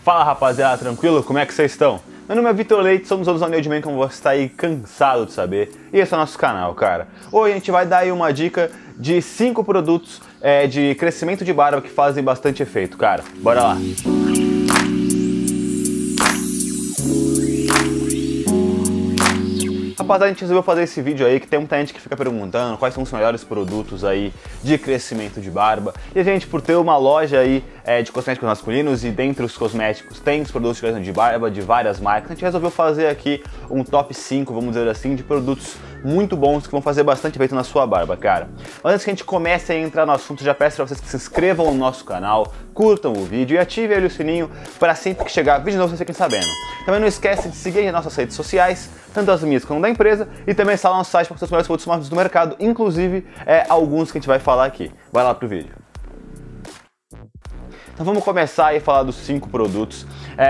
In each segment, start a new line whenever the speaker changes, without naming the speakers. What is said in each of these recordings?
Fala rapaziada, tranquilo? Como é que vocês estão? Meu nome é Vitor Leite, somos donos da Nailman, como você está aí cansado de saber. E esse é o nosso canal, cara. Hoje a gente vai dar aí uma dica de 5 produtos de crescimento de barba que fazem bastante efeito, cara. Bora lá! Rapaziada, a gente resolveu fazer esse vídeo aí que tem muita gente que fica perguntando quais são os melhores produtos aí de crescimento de barba. E a gente, por ter uma loja aí de cosméticos masculinos e dentre os cosméticos tem os produtos de crescimento de barba de várias marcas, a gente resolveu fazer aqui um top 5, vamos dizer assim, de produtos muito bons que vão fazer bastante efeito na sua barba, cara. Mas antes que a gente comece a entrar no assunto, já peço para vocês que se inscrevam no nosso canal, curtam o vídeo e ativem ali o sininho para sempre que chegar vídeo novo vocês fiquem sabendo. Também não esquece de seguir as nossas redes sociais, tanto as minhas como da empresa, e também está lá no site para os melhores produtos mágicos do mercado, inclusive alguns que a gente vai falar aqui. Vai lá pro vídeo. Então vamos começar aí a falar dos 5 produtos.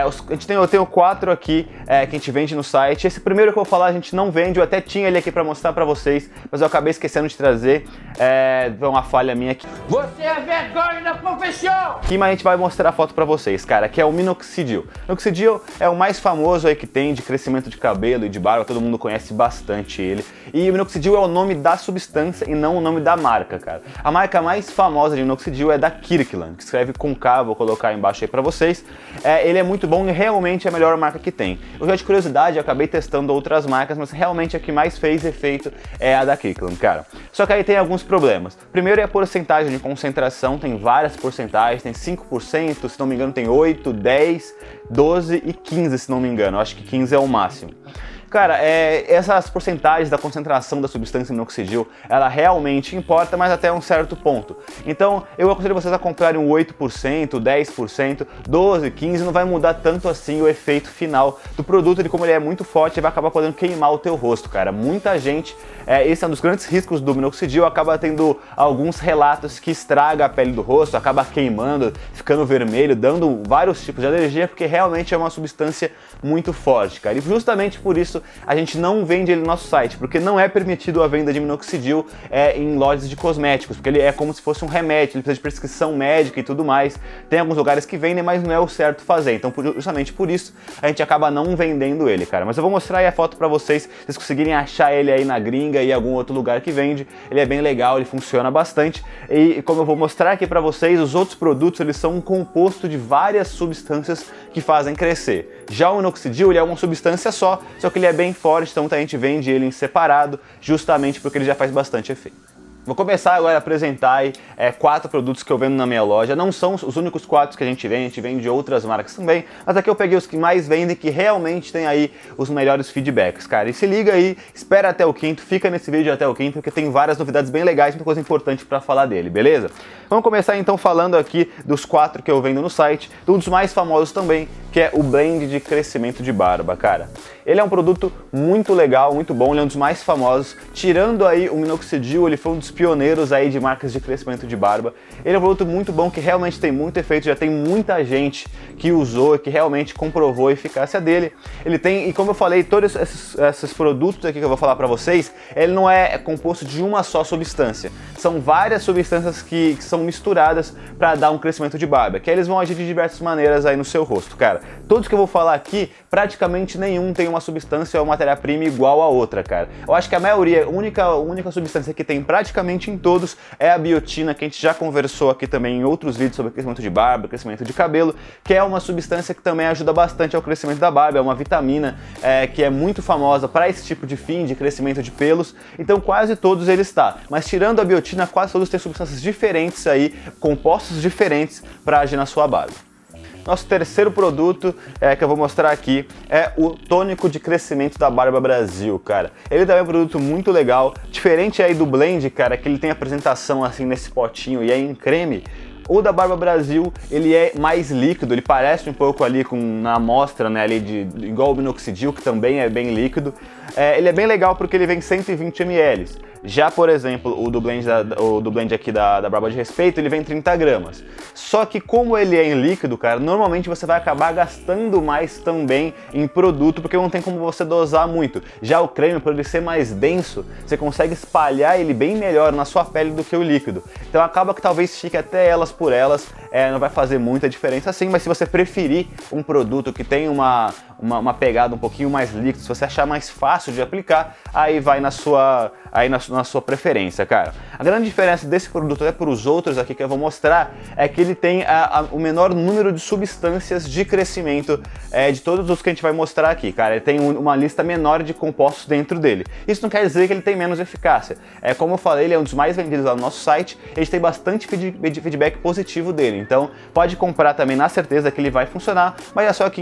Eu tenho 4 aqui que a gente vende no site. Esse primeiro que eu vou falar a gente não vende, eu até tinha ele aqui para mostrar para vocês, mas eu acabei esquecendo de trazer. Foi uma falha minha aqui.
Você é vergonha da profissão!
Aqui, mas a gente vai mostrar a foto para vocês, cara, que é o Minoxidil. Minoxidil é o mais famoso aí que tem de crescimento de cabelo e de barba, todo mundo conhece bastante ele. E o Minoxidil é o nome da substância e não o nome da marca, cara. A marca mais famosa de Minoxidil é da Kirkland, que escreve com K, vou colocar aí embaixo aí pra vocês. Ele é muito bom e realmente é a melhor marca que tem. Eu já de curiosidade, eu acabei testando outras marcas, mas realmente a que mais fez efeito é a da Kirkland, cara. Só que aí tem alguns problemas. Primeiro é a porcentagem de concentração, tem várias porcentagens, tem 5%, se não me engano tem 8, 10, 12 e 15, se não me engano. Eu acho que 15 é o máximo. Cara, essas porcentagens da concentração da substância minoxidil, ela realmente importa, mas até um certo ponto. Então, eu aconselho vocês a comprarem um 8%, 10%, 12%, 15%, não vai mudar tanto assim o efeito final do produto, como ele é muito forte, ele vai acabar podendo queimar o teu rosto, cara. Muita gente, esse é um dos grandes riscos do minoxidil, acaba tendo alguns relatos que estraga a pele do rosto, acaba queimando, ficando vermelho, dando vários tipos de alergia, porque realmente é uma substância muito forte, cara. E justamente por isso a gente não vende ele no nosso site, porque não é permitido a venda de minoxidil em lojas de cosméticos, porque ele é como se fosse um remédio, ele precisa de prescrição médica e tudo mais. Tem alguns lugares que vendem, mas não é o certo fazer, então justamente por isso a gente acaba não vendendo ele, cara. Mas eu vou mostrar aí a foto pra vocês, se vocês conseguirem achar ele aí na gringa e em algum outro lugar que vende. Ele é bem legal, ele funciona bastante, e como eu vou mostrar aqui pra vocês, os outros produtos, eles são um composto de várias substâncias que fazem crescer. Já o minoxidil, ele é uma substância só que ele é bem forte, então a gente vende ele em separado, justamente porque ele já faz bastante efeito. Vou começar agora a apresentar aí 4 produtos que eu vendo na minha loja. Não são os únicos 4 que a gente vende outras marcas também, mas aqui eu peguei os que mais vendem, que realmente tem aí os melhores feedbacks, cara. E se liga aí, espera até o quinto, fica nesse vídeo até o quinto, porque tem várias novidades bem legais, muita coisa importante pra falar dele, beleza? Vamos começar então falando aqui dos 4 que eu vendo no site, um dos mais famosos também, que é o Blend de crescimento de barba, cara. Ele é um produto muito legal, muito bom, ele é um dos mais famosos. Tirando aí o minoxidil, ele foi um dos pioneiros aí de marcas de crescimento de barba. Ele é um produto muito bom, que realmente tem muito efeito, já tem muita gente que usou e que realmente comprovou a eficácia dele. Ele tem, e como eu falei, todos esses produtos aqui que eu vou falar pra vocês, ele não é composto de uma só substância. São várias substâncias que são misturadas para dar um crescimento de barba, que aí eles vão agir de diversas maneiras aí no seu rosto, cara. Todos que eu vou falar aqui, praticamente nenhum tem uma substância ou matéria-prima igual a outra, cara. Eu acho que a maioria, a única substância que tem praticamente em todos é a biotina, que a gente já conversou aqui também em outros vídeos sobre crescimento de barba, crescimento de cabelo, que é uma substância que também ajuda bastante ao crescimento da barba, é uma vitamina que é muito famosa para esse tipo de fim de crescimento de pelos, então quase todos eles tá. Mas tirando a biotina, quase todos têm substâncias diferentes aí, compostos diferentes para agir na sua barba. Nosso terceiro produto que eu vou mostrar aqui é o tônico de crescimento da Barba Brasil, cara. Ele também é um produto muito legal, diferente aí do Blend, cara, que ele tem apresentação assim nesse potinho e é em creme. O da Barba Brasil, ele é mais líquido, ele parece um pouco ali na amostra, né, ali igual o minoxidil, que também é bem líquido. Ele é bem legal porque ele vem 120 ml. Já, por exemplo, o do blend aqui da Barba de Respeito, ele vem 30 gramas. Só que como ele é em líquido, cara, normalmente você vai acabar gastando mais também em produto, porque não tem como você dosar muito. Já o creme, por ele ser mais denso, você consegue espalhar ele bem melhor na sua pele do que o líquido. Então acaba que talvez fique até elas por elas, não vai fazer muita diferença assim, mas se você preferir um produto que tem uma pegada um pouquinho mais líquida, se você achar mais fácil de aplicar, aí vai na sua preferência, cara. A grande diferença desse produto até para os outros aqui que eu vou mostrar é que ele tem o menor número de substâncias de crescimento de todos os que a gente vai mostrar aqui, cara. Ele tem uma lista menor de compostos dentro dele. Isso não quer dizer que ele tem menos eficácia. Como eu falei, ele é um dos mais vendidos lá no nosso site, a gente tem bastante feedback positivo dele, então pode comprar também na certeza que ele vai funcionar, mas é só que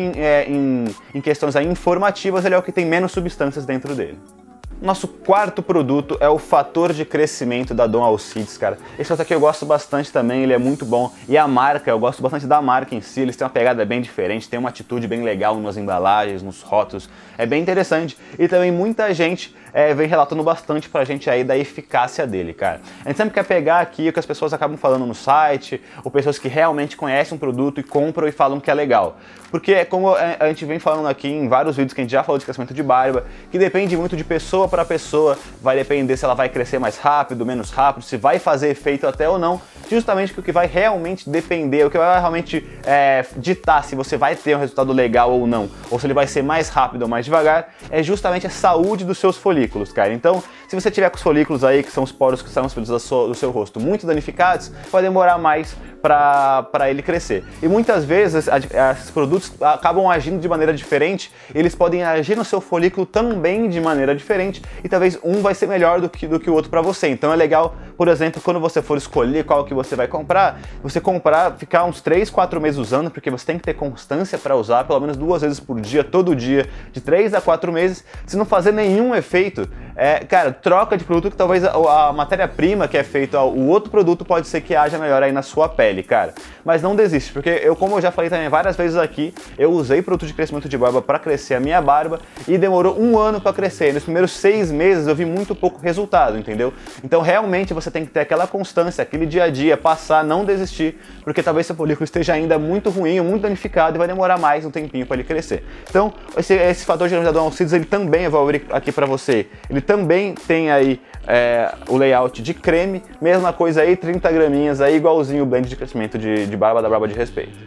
em questões aí informativas ele é o que tem menos substâncias dentro dele. Nosso quarto produto é o fator de crescimento da Dom Alcides, cara. Esse outro aqui eu gosto bastante também, ele é muito bom. E a marca, eu gosto bastante da marca em si, eles têm uma pegada bem diferente, tem uma atitude bem legal nas embalagens, nos rótulos, é bem interessante. E também muita gente vem relatando bastante pra gente aí da eficácia dele, cara. A gente sempre quer pegar aqui o que as pessoas acabam falando no site, ou pessoas que realmente conhecem um produto e compram e falam que é legal. Porque como a gente vem falando aqui em vários vídeos que a gente já falou de crescimento de barba, que depende muito de pessoa para pessoa, vai depender se ela vai crescer mais rápido, menos rápido, se vai fazer efeito até ou não, justamente o que vai realmente depender, o que vai realmente ditar se você vai ter um resultado legal ou não, ou se ele vai ser mais rápido ou mais devagar, é justamente a saúde dos seus folículos, cara. Então, se você tiver com os folículos aí, que são os poros que são os pelos do seu rosto muito danificados, vai demorar mais para ele crescer. E muitas vezes esses produtos acabam agindo de maneira diferente, eles podem agir no seu folículo também de maneira diferente, e talvez um vai ser melhor do que o outro para você. Então é legal, por exemplo, quando você for escolher qual que você vai comprar, você ficar uns 3, 4 meses usando, porque você tem que ter constância para usar, pelo menos 2 vezes por dia, todo dia, de 3 a 4 meses, se não fazer nenhum efeito, cara, troca de produto, que talvez a matéria-prima que é feita, o outro produto pode ser que haja melhor aí na sua pele, cara. Mas não desiste, porque como eu já falei também várias vezes aqui, eu usei produto de crescimento de barba para crescer a minha barba e demorou 1 ano para crescer. Nos primeiros 6 meses eu vi muito pouco resultado, entendeu? Então realmente você tem que ter aquela constância, aquele dia a dia, passar, não desistir, porque talvez seu folículo esteja ainda muito ruim, muito danificado e vai demorar mais um tempinho para ele crescer. Então esse fator de crescimento da Dom Alcides, ele também, eu vou abrir aqui para você, ele também tem aí o layout de creme, mesma coisa aí, 30 graminhas aí, igualzinho o blend de crescimento de barba da Barba de Respeito.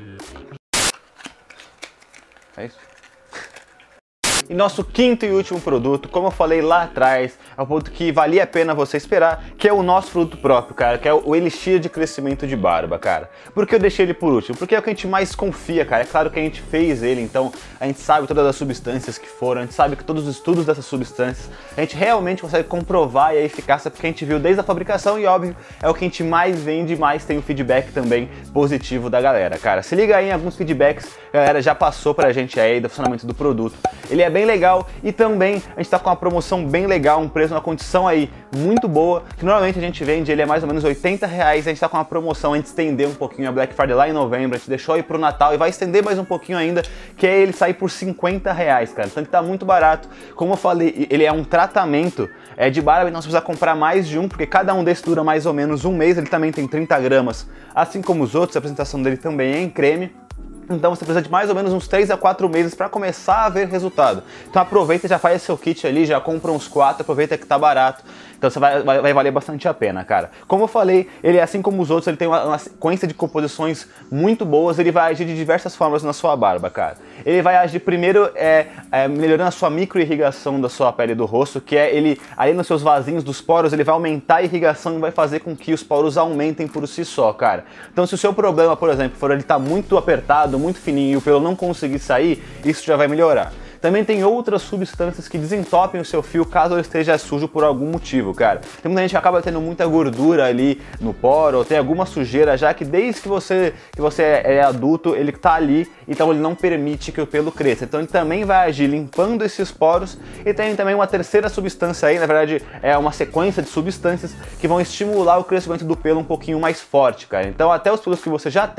É isso. E nosso quinto e último produto, como eu falei lá atrás, é um produto que valia a pena você esperar, que é o nosso produto próprio, cara, que é o Elixir de Crescimento de Barba, cara. Por que eu deixei ele por último? Porque é o que a gente mais confia, cara. É claro que a gente fez ele, então a gente sabe todas as substâncias que foram, a gente sabe que todos os estudos dessas substâncias, a gente realmente consegue comprovar a eficácia, porque a gente viu desde a fabricação e, óbvio, é o que a gente mais vende e mais tem o feedback também positivo da galera, cara. Se liga aí em alguns feedbacks, a galera já passou pra gente aí do funcionamento do produto. Ele é bem legal e também a gente tá com uma promoção bem legal, um preço, uma condição aí muito boa, que normalmente a gente vende, ele é mais ou menos R$80, a gente tá com uma promoção, a gente estendeu um pouquinho a Black Friday lá em novembro, a gente deixou aí pro Natal e vai estender mais um pouquinho ainda, que é ele sair por R$50, cara, então ele tá muito barato. Como eu falei, ele é um tratamento de barba, então você precisa comprar mais de um, porque cada um desses dura mais ou menos 1 mês, ele também tem 30 gramas, assim como os outros, a apresentação dele também é em creme. Então você precisa de mais ou menos uns 3 a 4 meses para começar a ver resultado. Então aproveita, já faz seu kit ali, já compra uns 4, aproveita que tá barato. Então você vai valer bastante a pena, cara. Como eu falei, ele assim como os outros, ele tem uma sequência de composições muito boas, ele vai agir de diversas formas na sua barba, cara. Ele vai agir primeiro melhorando a sua microirrigação da sua pele do rosto, que é ele, ali nos seus vasinhos dos poros, ele vai aumentar a irrigação e vai fazer com que os poros aumentem por si só, cara. Então se o seu problema, por exemplo, for ele tá muito apertado, muito fininho e o pelo não conseguir sair, isso já vai melhorar. Também tem outras substâncias que desentopem o seu fio caso ele esteja sujo por algum motivo, cara. Tem muita gente que acaba tendo muita gordura ali no poro, ou tem alguma sujeira já que desde que você é adulto, ele tá ali, então ele não permite que o pelo cresça. Então ele também vai agir limpando esses poros, e tem também uma terceira substância aí, na verdade é uma sequência de substâncias que vão estimular o crescimento do pelo um pouquinho mais forte, cara. Então até os pelos que você já tem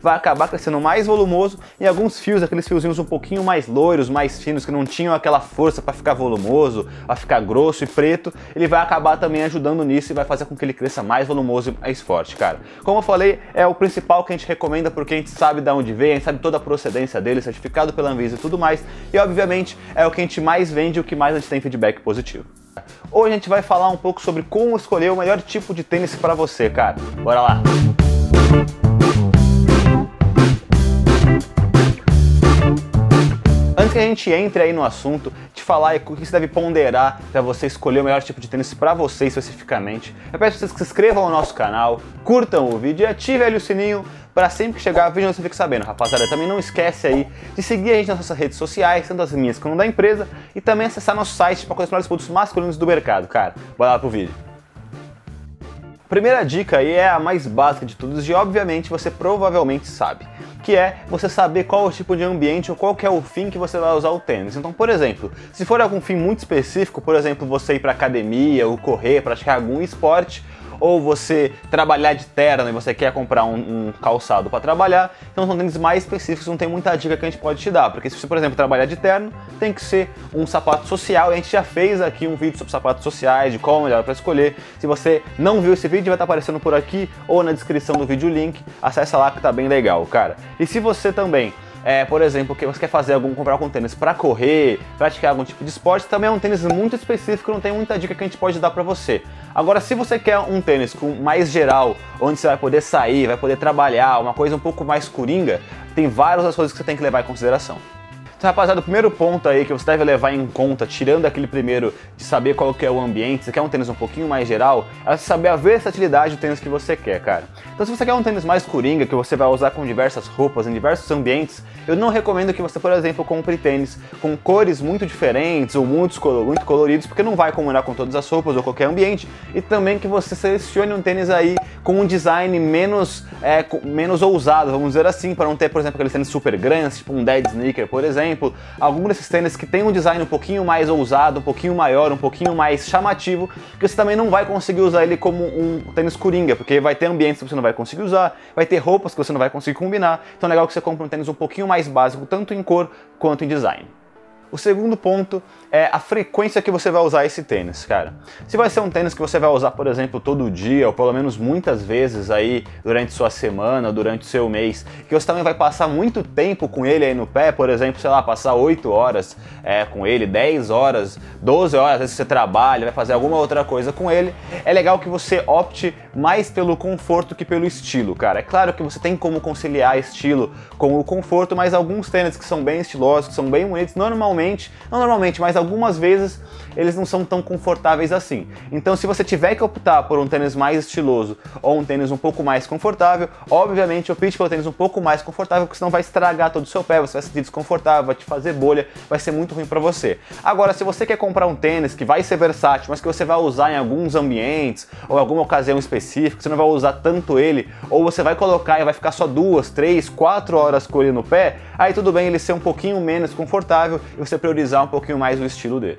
vai acabar crescendo mais volumoso e alguns fios, aqueles fiozinhos um pouquinho mais loiros, mais finos, que não tinham aquela força para ficar volumoso, para ficar grosso e preto, ele vai acabar também ajudando nisso e vai fazer com que ele cresça mais volumoso e mais forte, cara. Como eu falei, é o principal que a gente recomenda porque a gente sabe de onde vem, a gente sabe toda a procedência dele, certificado pela Anvisa e tudo mais, e obviamente é o que a gente mais vende e o que mais a gente tem feedback positivo. Hoje a gente vai falar um pouco sobre como escolher o melhor tipo de tênis para você, cara. Bora lá! Antes que a gente entre aí no assunto, te falar o que você deve ponderar para você escolher o melhor tipo de tênis para você especificamente, eu peço que vocês se inscrevam no nosso canal, curtam o vídeo e ativem ali o sininho para sempre que chegar o vídeo você fique sabendo. Rapaziada, também não esquece aí de seguir a gente nas nossas redes sociais, tanto as minhas como da empresa, e também acessar nosso site para conhecer os produtos masculinos do mercado, cara. Bora lá pro vídeo. A primeira dica aí é a mais básica de todos e obviamente você provavelmente sabe, que é você saber qual é o tipo de ambiente ou qual que é o fim que você vai usar o tênis. Então, por exemplo, se for algum fim muito específico, por exemplo, você ir para academia ou correr, praticar algum esporte, ou você trabalhar de terno e você quer comprar um calçado para trabalhar, então são tênis mais específicos, não tem muita dica que a gente pode te dar, porque se você, por exemplo, trabalhar de terno, tem que ser um sapato social, e a gente já fez aqui um vídeo sobre sapatos sociais, de qual é o melhor para escolher. Se você não viu esse vídeo, vai estar aparecendo por aqui ou na descrição do vídeo o link, acessa lá que tá bem legal, cara. E se você também por exemplo, que você quer comprar algum tênis para correr, praticar algum tipo de esporte, também é um tênis muito específico, não tem muita dica que a gente pode dar para você. Agora, se você quer um tênis com mais geral, onde você vai poder sair, vai poder trabalhar, uma coisa um pouco mais coringa, tem várias das coisas que você tem que levar em consideração. Então, rapaziada, o primeiro ponto aí que você deve levar em conta, tirando aquele primeiro de saber qual que é o ambiente, se quer um tênis um pouquinho mais geral, é saber a versatilidade do tênis que você quer, cara. Então, se você quer um tênis mais coringa, que você vai usar com diversas roupas, em diversos ambientes, eu não recomendo que você, por exemplo, compre tênis com cores muito diferentes ou muito coloridos, porque não vai combinar com todas as roupas ou qualquer ambiente, e também que você selecione um tênis aí com um design menos ousado, vamos dizer assim, para não ter, por exemplo, aqueles tênis super grandes, tipo um dead sneaker, por exemplo. Algum desses tênis que tem um design um pouquinho mais ousado, um pouquinho maior, um pouquinho mais chamativo, que você também não vai conseguir usar ele como um tênis coringa, porque vai ter ambientes que você não vai conseguir usar, vai ter roupas que você não vai conseguir combinar, então é legal que você compre um tênis um pouquinho mais básico, tanto em cor quanto em design. O segundo ponto é a frequência que você vai usar esse tênis, cara. Se vai ser um tênis que você vai usar, por exemplo, todo dia, ou pelo menos muitas vezes aí durante sua semana, durante o seu mês, que você também vai passar muito tempo com ele aí no pé, por exemplo, sei lá, passar 8 horas com ele, 10 horas, 12 horas, às vezes você trabalha, vai fazer alguma outra coisa com ele, é legal que você opte mais pelo conforto que pelo estilo, cara. É claro que você tem como conciliar estilo com o conforto, mas alguns tênis que são bem estilosos, que são bem bonitos, não normalmente, mas algumas vezes eles não são tão confortáveis assim. Então, se você tiver que optar por um tênis mais estiloso ou um tênis um pouco mais confortável, obviamente opte pelo tênis um pouco mais confortável, porque senão vai estragar todo o seu pé, você vai se sentir desconfortável, vai te fazer bolha, vai ser muito ruim para você. Agora, se você quer comprar um tênis que vai ser versátil, mas que você vai usar em alguns ambientes ou em alguma ocasião específica, você não vai usar tanto ele, ou você vai colocar e vai ficar só 2, 3, 4 horas com ele no pé, aí tudo bem ele ser um pouquinho menos confortável e você priorizar um pouquinho mais o estilo dele.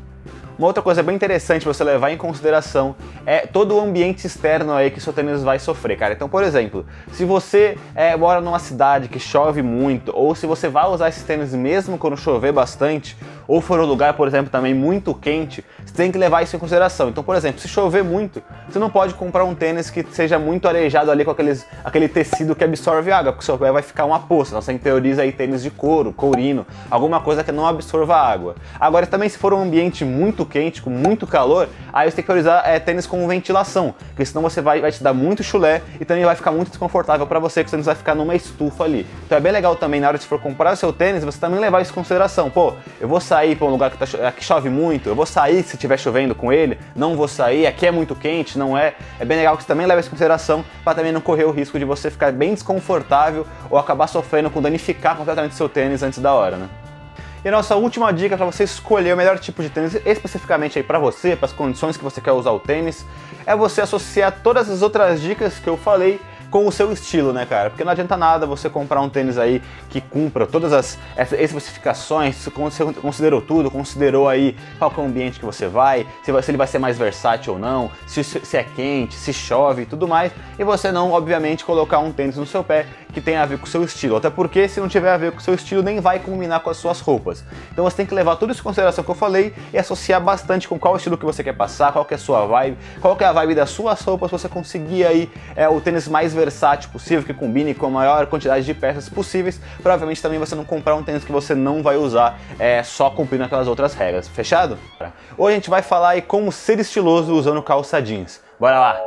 Uma outra coisa bem interessante você levar em consideração é todo o ambiente externo aí que seu tênis vai sofrer, cara. Então, por exemplo, se você mora numa cidade que chove muito, ou se você vai usar esse tênis mesmo quando chover bastante, ou for um lugar, por exemplo, também muito quente, você tem que levar isso em consideração. Então, por exemplo, se chover muito, você não pode comprar um tênis que seja muito arejado ali com aquele tecido que absorve água, porque seu pé vai ficar uma poça. Então, você prioriza aí tênis de couro, courino, alguma coisa que não absorva água. Agora, também se for um ambiente muito quente, com muito calor, aí você tem que priorizar tênis com ventilação, porque senão você vai te dar muito chulé e também vai ficar muito desconfortável para você, que o tênis vai ficar numa estufa ali. Então é bem legal também, na hora de for comprar o seu tênis, você também levar isso em consideração. Pô, eu vou sair para um lugar que chove muito, eu vou sair se estiver chovendo com ele, não vou sair, aqui é muito quente, não é? É bem legal que você também leve isso em consideração, para também não correr o risco de você ficar bem desconfortável ou acabar sofrendo com danificar completamente o seu tênis antes da hora, né? E a nossa última dica para você escolher o melhor tipo de tênis especificamente aí para você, para as condições que você quer usar o tênis, é você associar todas as outras dicas que eu falei com o seu estilo, né, cara? Porque não adianta nada você comprar um tênis aí que cumpra todas as especificações, você considerou tudo, considerou aí qual que é o ambiente que você vai, se ele vai ser mais versátil ou não, se é quente, se chove e tudo mais, e você não, obviamente, colocar um tênis no seu pé que tem a ver com o seu estilo, até porque se não tiver a ver com o seu estilo, nem vai combinar com as suas roupas. Então você tem que levar tudo isso em consideração que eu falei e associar bastante com qual estilo que você quer passar, qual que é a sua vibe, qual que é a vibe das suas roupas, você conseguir aí o tênis mais versátil possível, que combine com a maior quantidade de peças possíveis, provavelmente também você não comprar um tênis que você não vai usar só cumprindo aquelas outras regras, fechado? Hoje a gente vai falar aí como ser estiloso usando calça jeans, bora lá!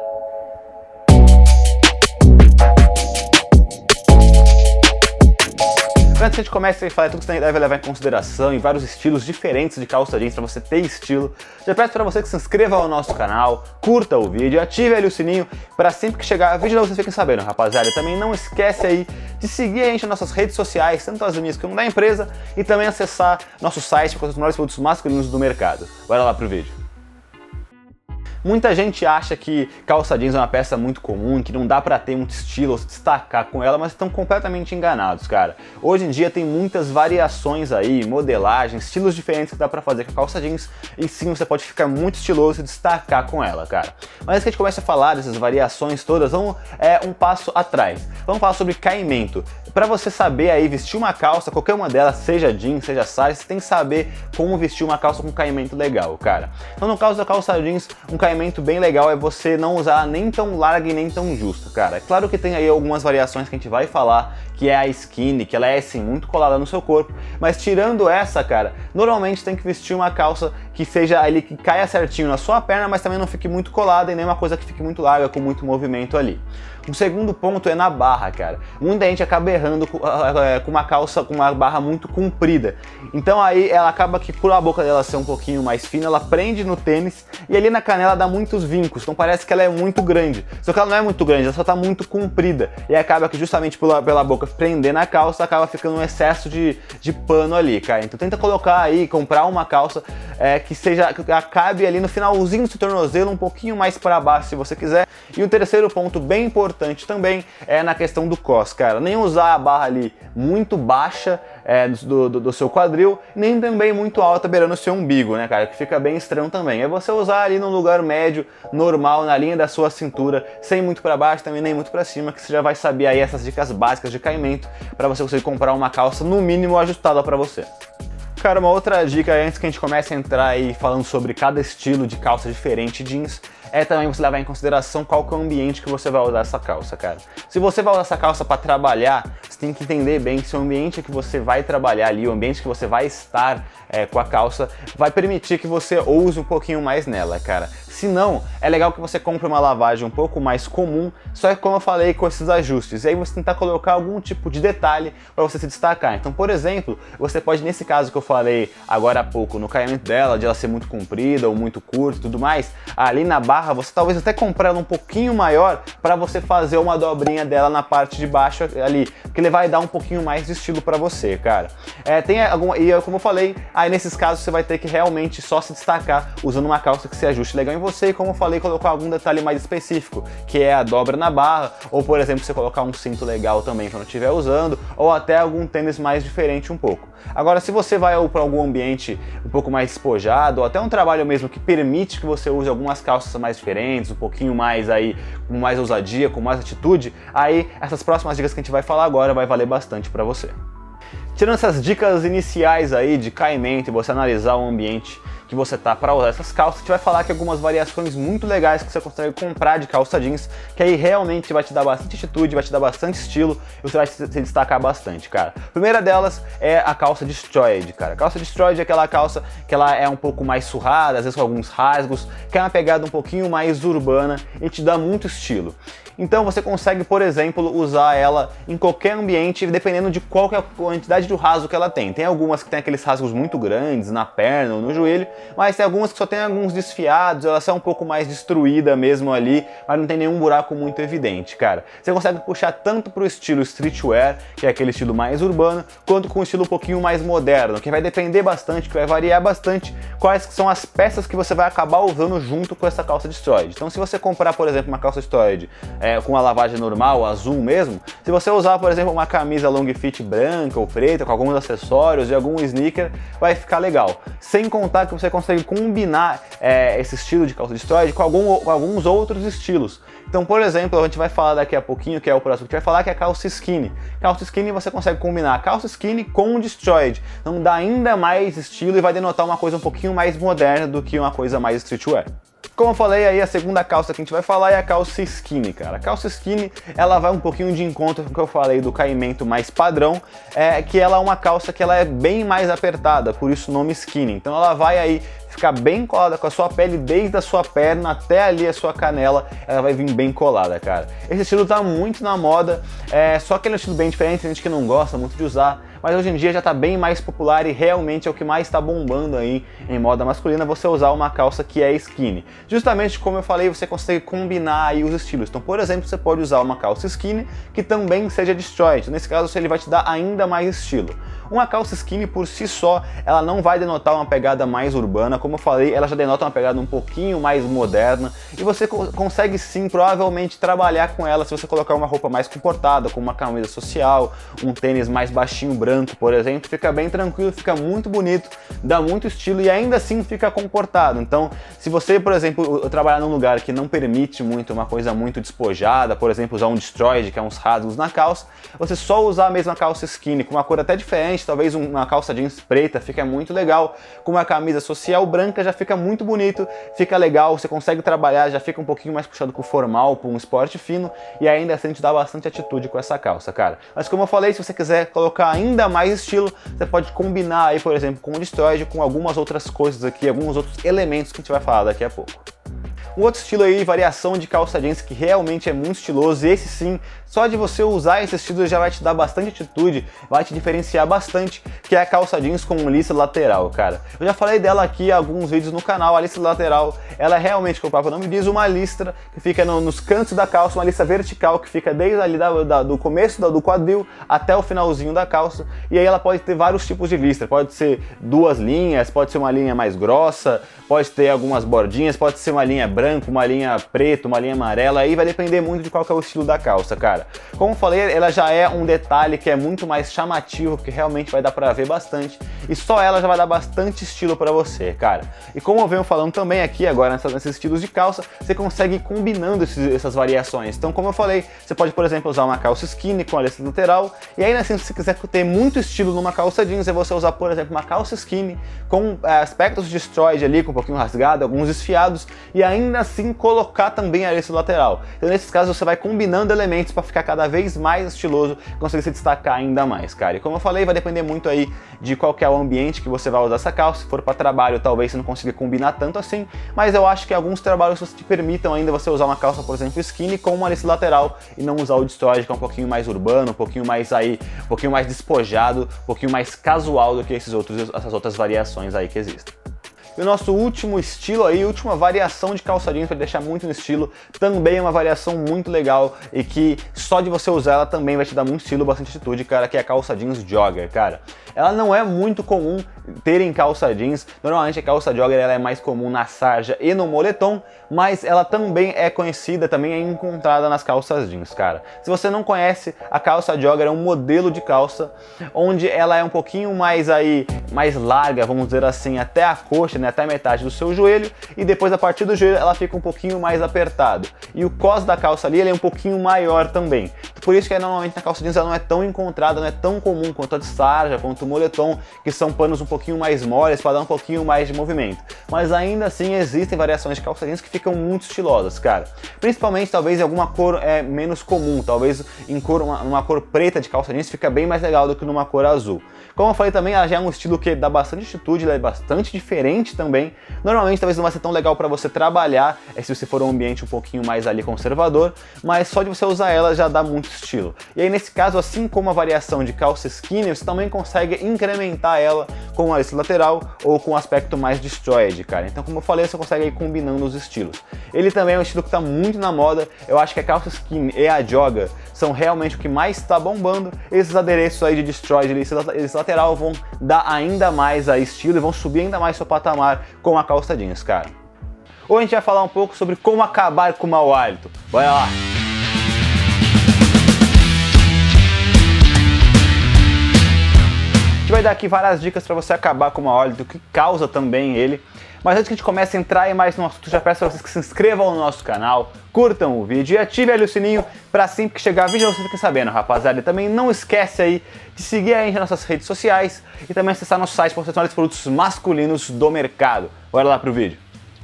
Antes que a gente comece a falar tudo que você deve levar em consideração em vários estilos diferentes de calça jeans para você ter estilo, já peço para você que se inscreva ao nosso canal, curta o vídeo, ative ali o sininho para sempre que chegar vídeo vocês fiquem sabendo, rapaziada. E também não esquece aí de seguir a gente nas nossas redes sociais, tanto as minhas como da empresa, e também acessar nosso site com os melhores produtos masculinos do mercado. Bora lá pro vídeo. Muita gente acha que calça jeans é uma peça muito comum, que não dá pra ter muito estilo ou se destacar com ela, mas estão completamente enganados, cara. Hoje em dia tem muitas variações aí, modelagens, estilos diferentes que dá pra fazer com a calça jeans, e sim, você pode ficar muito estiloso e destacar com ela, cara. Mas antes que a gente comece a falar dessas variações todas, vamos um passo atrás. Vamos falar sobre caimento. Pra você saber aí vestir uma calça, qualquer uma delas, seja jeans, seja saia, você tem que saber como vestir uma calça com caimento legal, cara. Então no caso da calça jeans, um caimento bem legal é você não usar nem tão larga e nem tão justa, cara. É claro que tem aí algumas variações que a gente vai falar, que é a skinny, que ela é assim, muito colada no seu corpo, mas tirando essa, cara, normalmente tem que vestir uma calça que seja ali, que caia certinho na sua perna, mas também não fique muito colada e nem uma coisa que fique muito larga, com muito movimento ali. O segundo ponto é na barra, cara. Muita gente acaba errando com uma calça com uma barra muito comprida. Então aí ela acaba que, por a boca dela ser um pouquinho mais fina, ela prende no tênis e ali na canela dá muitos vincos. Então parece que ela é muito grande. Só que ela não é muito grande, ela só tá muito comprida. E acaba que justamente pela boca prender na calça, acaba ficando um excesso de pano ali, cara. Então tenta colocar aí, comprar uma calça que acabe ali no finalzinho do seu tornozelo, um pouquinho mais para baixo se você quiser. E o terceiro ponto bem importante também é na questão do cos, cara. Nem usar a barra ali muito baixa do seu quadril, nem também muito alta beirando o seu umbigo, né, cara? Que fica bem estranho também. É você usar ali num lugar médio, normal, na linha da sua cintura, sem muito para baixo, também nem muito para cima, que você já vai saber aí essas dicas básicas de caimento para você conseguir comprar uma calça no mínimo ajustada para você. Cara, uma outra dica antes que a gente comece a entrar aí falando sobre cada estilo de calça diferente jeans, é também você levar em consideração qual que é o ambiente que você vai usar essa calça, cara. Se você vai usar essa calça para trabalhar, você tem que entender bem que se o ambiente que você vai trabalhar ali, o ambiente que você vai estar com a calça, vai permitir que você use um pouquinho mais nela, cara. Se não, é legal que você compre uma lavagem um pouco mais comum, só que como eu falei, com esses ajustes. E aí você tentar colocar algum tipo de detalhe para você se destacar. Então, por exemplo, você pode, nesse caso que eu falei agora há pouco, no caimento dela, de ela ser muito comprida ou muito curta e tudo mais, ali na barra, você talvez até comprar ela um pouquinho maior para você fazer uma dobrinha dela na parte de baixo ali, que ele vai dar um pouquinho mais de estilo para você, cara. E como eu falei, aí nesses casos você vai ter que realmente só se destacar usando uma calça que se ajuste legal em você e, como eu falei, colocar algum detalhe mais específico, que é a dobra na barra, ou por exemplo, você colocar um cinto legal também quando estiver usando, ou até algum tênis mais diferente um pouco. Agora, se você vai para algum ambiente um pouco mais despojado, ou até um trabalho mesmo que permite que você use algumas calças mais diferentes, um pouquinho mais aí, com mais ousadia, com mais atitude, aí essas próximas dicas que a gente vai falar agora vai valer bastante para você. Tirando essas dicas iniciais aí de caimento e você analisar o ambiente que você tá para usar essas calças, a gente vai falar que algumas variações muito legais que você consegue comprar de calça jeans, que aí realmente vai te dar bastante atitude, vai te dar bastante estilo e você vai se destacar bastante, cara. A primeira delas é a calça destroyed, cara. A calça destroyed é aquela calça que ela é um pouco mais surrada, às vezes com alguns rasgos, que é uma pegada um pouquinho mais urbana e te dá muito estilo. Então você consegue, por exemplo, usar ela em qualquer ambiente, dependendo de qual que é a quantidade de rasgo que ela tem. Tem algumas que tem aqueles rasgos muito grandes na perna ou no joelho, mas tem algumas que só tem alguns desfiados, elas são um pouco mais destruídas mesmo ali, mas não tem nenhum buraco muito evidente, cara. Você consegue puxar tanto pro estilo streetwear, que é aquele estilo mais urbano, quanto com um estilo um pouquinho mais moderno, que vai depender bastante, que vai variar bastante quais são as peças que você vai acabar usando junto com essa calça destroyed. Então se você comprar, por exemplo, uma calça destroyed com a lavagem normal, azul mesmo, se você usar, por exemplo, uma camisa long fit branca ou preta, com alguns acessórios e algum sneaker, vai ficar legal. Sem contar que você consegue combinar esse estilo de calça destroyed com alguns outros estilos. Então, por exemplo, a gente vai falar daqui a pouquinho, que é o próximo que a gente vai falar, que é a calça skinny. Calça skinny você consegue combinar a calça skinny com o destroyed. Então dá ainda mais estilo e vai denotar uma coisa um pouquinho mais moderna do que uma coisa mais streetwear. Como eu falei aí, a segunda calça que a gente vai falar é a calça skinny, cara. A calça skinny, ela vai um pouquinho de encontro com o que eu falei do caimento mais padrão, que ela é uma calça que ela é bem mais apertada, por isso o nome skinny. Então ela vai aí ficar bem colada com a sua pele, desde a sua perna até ali a sua canela, ela vai vir bem colada, cara. Esse estilo tá muito na moda, só que ele é um estilo bem diferente, tem gente que não gosta muito de usar, mas hoje em dia já tá bem mais popular e realmente é o que mais tá bombando aí em moda masculina, você usar uma calça que é skinny. Justamente como eu falei, você consegue combinar aí os estilos. Então, por exemplo, você pode usar uma calça skinny que também seja destroyed. Nesse caso, ele vai te dar ainda mais estilo. Uma calça skinny por si só, ela não vai denotar uma pegada mais urbana, como eu falei, ela já denota uma pegada um pouquinho mais moderna e você consegue sim, provavelmente, trabalhar com ela se você colocar uma roupa mais comportada, como uma camisa social, um tênis mais baixinho branco, por exemplo, fica bem tranquilo, fica muito bonito, dá muito estilo e ainda assim fica comportado. Então, se você, por exemplo, trabalhar num lugar que não permite muito uma coisa muito despojada, por exemplo, usar um destroyed, que é uns rasgos na calça, você só usar a mesma calça skinny, com uma cor até diferente, talvez uma calça jeans preta, fica muito legal, com uma camisa social branca já fica muito bonito, fica legal, você consegue trabalhar, já fica um pouquinho mais puxado pro formal, para um esporte fino, e ainda assim te dá bastante atitude com essa calça, cara. Mas como eu falei, se você quiser colocar ainda mais estilo, você pode combinar aí, por exemplo, com o destroyed, com algumas outras coisas aqui, alguns outros elementos que a gente vai falar daqui a pouco. Um outro estilo aí, variação de calça jeans que realmente é muito estiloso, e esse sim, só de você usar esse estilo já vai te dar bastante atitude, vai te diferenciar bastante, que é a calça jeans com listra lateral, cara. Eu já falei dela aqui em alguns vídeos no canal, a listra lateral, ela é realmente, como o próprio nome diz, uma listra que fica nos cantos da calça, uma listra vertical que fica desde ali do começo do quadril até o finalzinho da calça, e aí ela pode ter vários tipos de listra, pode ser duas linhas, pode ser uma linha mais grossa, pode ter algumas bordinhas, pode ser uma linha branca, uma linha preta, uma linha amarela, aí vai depender muito de qual que é o estilo da calça, cara. Como eu falei, ela já é um detalhe que é muito mais chamativo, porque realmente vai dar pra ver bastante, e só ela já vai dar bastante estilo pra você, cara. E como eu venho falando também aqui agora nesses estilos de calça, você consegue ir combinando essas variações. Então, como eu falei, você pode, por exemplo, usar uma calça skinny com a listra lateral, e aí assim, se você quiser ter muito estilo numa calça jeans, é você usar, por exemplo, uma calça skinny com aspectos destroyed ali, com um pouquinho rasgado, alguns desfiados, e ainda assim colocar também a listra lateral. Então, nesses casos, você vai combinando elementos para ficar cada vez mais estiloso, conseguir se destacar ainda mais, cara. E como eu falei, vai depender muito aí de qual que é o ambiente que você vai usar essa calça. Se for para trabalho, talvez você não consiga combinar tanto assim, mas eu acho que alguns trabalhos te permitam ainda você usar uma calça, por exemplo, skinny com uma listra lateral e não usar o destroyed, que é um pouquinho mais urbano, um pouquinho mais despojado, um pouquinho mais casual do que essas outras variações aí que existem. E o nosso último estilo aí, última variação de calça jeans para deixar muito no estilo, também é uma variação muito legal e que só de você usar ela também vai te dar muito estilo, bastante atitude, cara, que é a calça jeans jogger, cara. Ela não é muito comum ter em calça jeans, normalmente a calça jogger ela é mais comum na sarja e no moletom, mas ela também é conhecida, também é encontrada nas calças jeans, cara. Se você não conhece, a calça jogger é um modelo de calça onde ela é um pouquinho mais larga, vamos dizer assim, até a coxa, né, até a metade do seu joelho, e depois a partir do joelho ela fica um pouquinho mais apertado. E o cos da calça ali ele é um pouquinho maior também. Por isso que normalmente na calça jeans ela não é tão encontrada, não é tão comum quanto a de sarja, quanto o moletom, que são panos um pouquinho mais moles para dar um pouquinho mais de movimento. Mas ainda assim existem variações de calça jeans que ficam muito estilosas, cara. Principalmente talvez em alguma cor menos comum, talvez em uma cor preta de calça jeans fica bem mais legal do que numa cor azul. Como eu falei também, ela já é um estilo que dá bastante atitude, ela é bastante diferente também. Normalmente talvez não vai ser tão legal para você trabalhar, se você for um ambiente um pouquinho mais ali conservador, mas só de você usar ela já dá muito estilo. E aí nesse caso, assim como a variação de calça skinny, você também consegue incrementar ela com a lista lateral ou com um aspecto mais destroyed, cara. Então como eu falei, você consegue ir combinando os estilos. Ele também é um estilo que está muito na moda, eu acho que a calça skinny e a jogger são realmente o que mais está bombando. Esses adereços aí de destroyed e lista lateral vão dar ainda mais a estilo e vão subir ainda mais seu patamar com a calça jeans, cara. Hoje a gente vai falar um pouco sobre como acabar com o mau hálito. Bora lá! A gente vai dar aqui várias dicas para você acabar com o mau hálito, que causa também ele. Mas antes que a gente comece a entrar mais no assunto, já peço para vocês que se inscrevam no nosso canal, curtam o vídeo e ativem ali o sininho para sempre que chegar vídeo vocês fiquem sabendo, rapaziada. E também não esquece aí de seguir aí nas nossas redes sociais e também acessar nosso site para selecionar os produtos masculinos do mercado. Bora lá pro vídeo.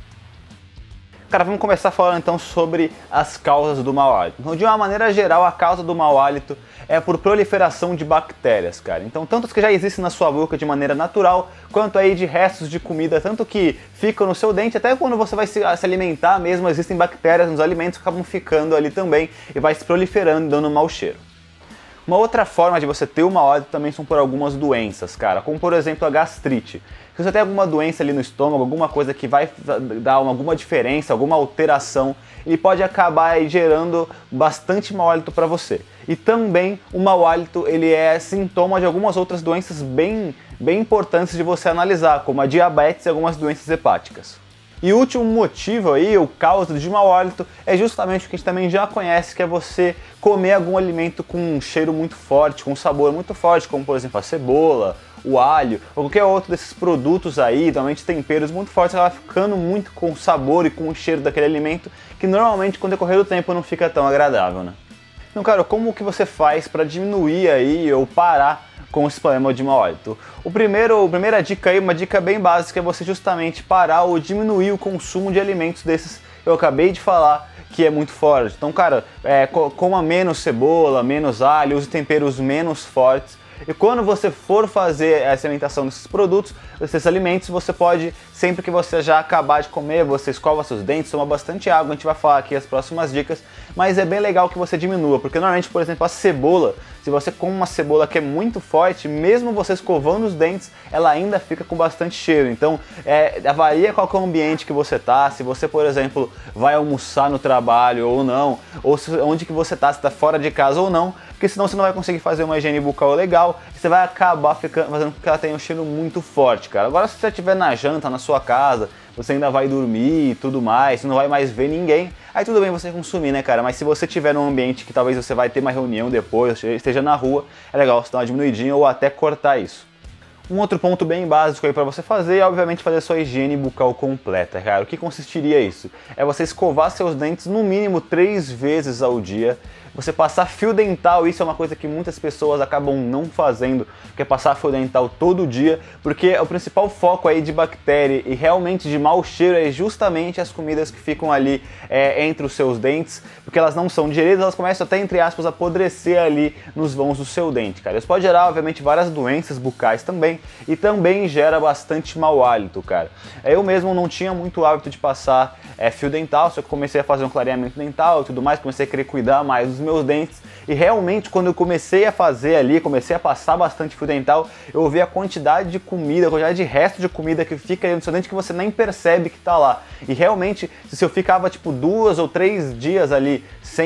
Cara, vamos começar falando então sobre as causas do mau hálito. Então, de uma maneira geral, a causa do mau hálito é por proliferação de bactérias, cara. Então, tanto as que já existem na sua boca de maneira natural, quanto aí de restos de comida, tanto que ficam no seu dente, até quando você vai se alimentar mesmo, existem bactérias nos alimentos que acabam ficando ali também e vai se proliferando, dando um mau cheiro. Uma outra forma de você ter o mau hálito também são por algumas doenças, cara, como por exemplo a gastrite. Se você tem alguma doença ali no estômago, alguma coisa que vai dar alguma diferença, alguma alteração, ele pode acabar aí gerando bastante mau hálito para você. E também o mau hálito ele é sintoma de algumas outras doenças bem importantes de você analisar, como a diabetes e algumas doenças hepáticas. E o último motivo aí, o causa de mau hálito, é justamente o que a gente também já conhece, que é você comer algum alimento com um cheiro muito forte, com um sabor muito forte, como por exemplo a cebola, o alho, ou qualquer outro desses produtos aí, normalmente temperos muito fortes, ela vai ficando muito com o sabor e com o cheiro daquele alimento, que normalmente com o decorrer do tempo não fica tão agradável, né? Então, cara, como que você faz para diminuir aí ou parar com esse problema de mau hálito? A primeira dica aí, uma dica bem básica, é você justamente parar ou diminuir o consumo de alimentos desses que eu acabei de falar, que é muito forte. Então, cara, coma menos cebola, menos alho, use temperos menos fortes. E quando você for fazer essa alimentação desses produtos, desses alimentos, você pode, sempre que você já acabar de comer, você escova seus dentes, toma bastante água, a gente vai falar aqui as próximas dicas, mas é bem legal que você diminua, porque normalmente, por exemplo, a cebola, se você come uma cebola que é muito forte, mesmo você escovando os dentes, ela ainda fica com bastante cheiro. Então, avalia qual que é o ambiente que você tá, se você, por exemplo, vai almoçar no trabalho ou não, ou onde que você tá, se tá fora de casa ou não, porque senão você não vai conseguir fazer uma higiene bucal legal, você vai acabar fazendo com que ela tenha um cheiro muito forte, cara. Agora, se você estiver na janta, na sua casa, você ainda vai dormir e tudo mais, você não vai mais ver ninguém, aí tudo bem você consumir, né, cara? Mas se você estiver num ambiente que talvez você vai ter uma reunião depois, esteja na rua, é legal você dar uma diminuidinha ou até cortar isso. Um outro ponto bem básico aí para você fazer é, obviamente, fazer a sua higiene bucal completa, cara. O que consistiria isso? É você escovar seus dentes no mínimo 3 vezes ao dia, você passar fio dental, isso é uma coisa que muitas pessoas acabam não fazendo, que é passar fio dental todo dia, porque o principal foco aí de bactéria e realmente de mau cheiro é justamente as comidas que ficam ali entre os seus dentes, porque elas não são digeridas, elas começam até, entre aspas, a apodrecer ali nos vãos do seu dente, cara. Isso pode gerar, obviamente, várias doenças bucais também, e também gera bastante mau hálito, cara. Eu mesmo não tinha muito hábito de passar fio dental, só que comecei a fazer um clareamento dental e tudo mais, comecei a querer cuidar mais dos meus dentes, e realmente quando eu comecei a fazer ali, comecei a passar bastante fio dental, eu vi a quantidade de comida, a quantidade de resto de comida que fica aí no seu dente que você nem percebe que tá lá. E realmente, se eu ficava tipo 2 ou 3 dias ali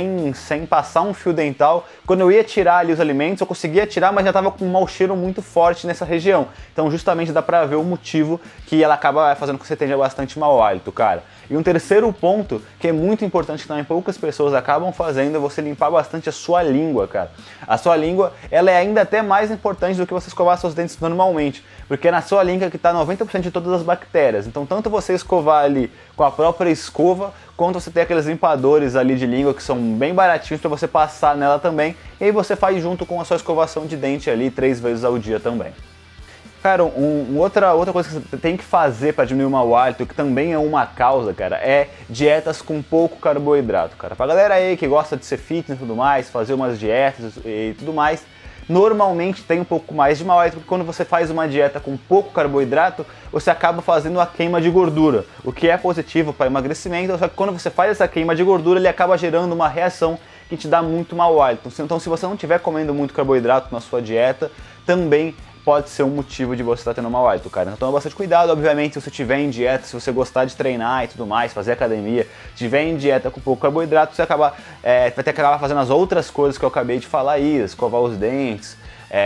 sem passar um fio dental, quando eu ia tirar ali os alimentos, eu conseguia tirar, mas já tava com um mau cheiro muito forte nessa região. Então justamente dá pra ver o motivo que ela acaba fazendo com que você tenha bastante mau hálito, cara. E um terceiro ponto, que é muito importante, que também poucas pessoas acabam fazendo, é você limpar bastante a sua língua, cara. A sua língua, ela é ainda até mais importante do que você escovar seus dentes normalmente, porque é na sua língua que está 90% de todas as bactérias. Então, tanto você escovar ali com a própria escova, quanto você tem aqueles limpadores ali de língua que são bem baratinhos para você passar nela também, e aí você faz junto com a sua escovação de dente ali 3 vezes ao dia também. Cara, outra coisa que você tem que fazer para diminuir o mau hálito, que também é uma causa, cara, é dietas com pouco carboidrato, cara. Pra galera aí que gosta de ser fitness e tudo mais, fazer umas dietas e tudo mais, normalmente tem um pouco mais de mau hálito, porque quando você faz uma dieta com pouco carboidrato, você acaba fazendo a queima de gordura, o que é positivo para emagrecimento, só que quando você faz essa queima de gordura, ele acaba gerando uma reação que te dá muito mau hálito. Então, se você não estiver comendo muito carboidrato na sua dieta, também pode ser um motivo de você estar tendo mau hálito, cara. Então toma bastante cuidado, obviamente, se você estiver em dieta, se você gostar de treinar e tudo mais, fazer academia, estiver em dieta com pouco carboidrato, você vai ter que acabar fazendo as outras coisas que eu acabei de falar aí, escovar os dentes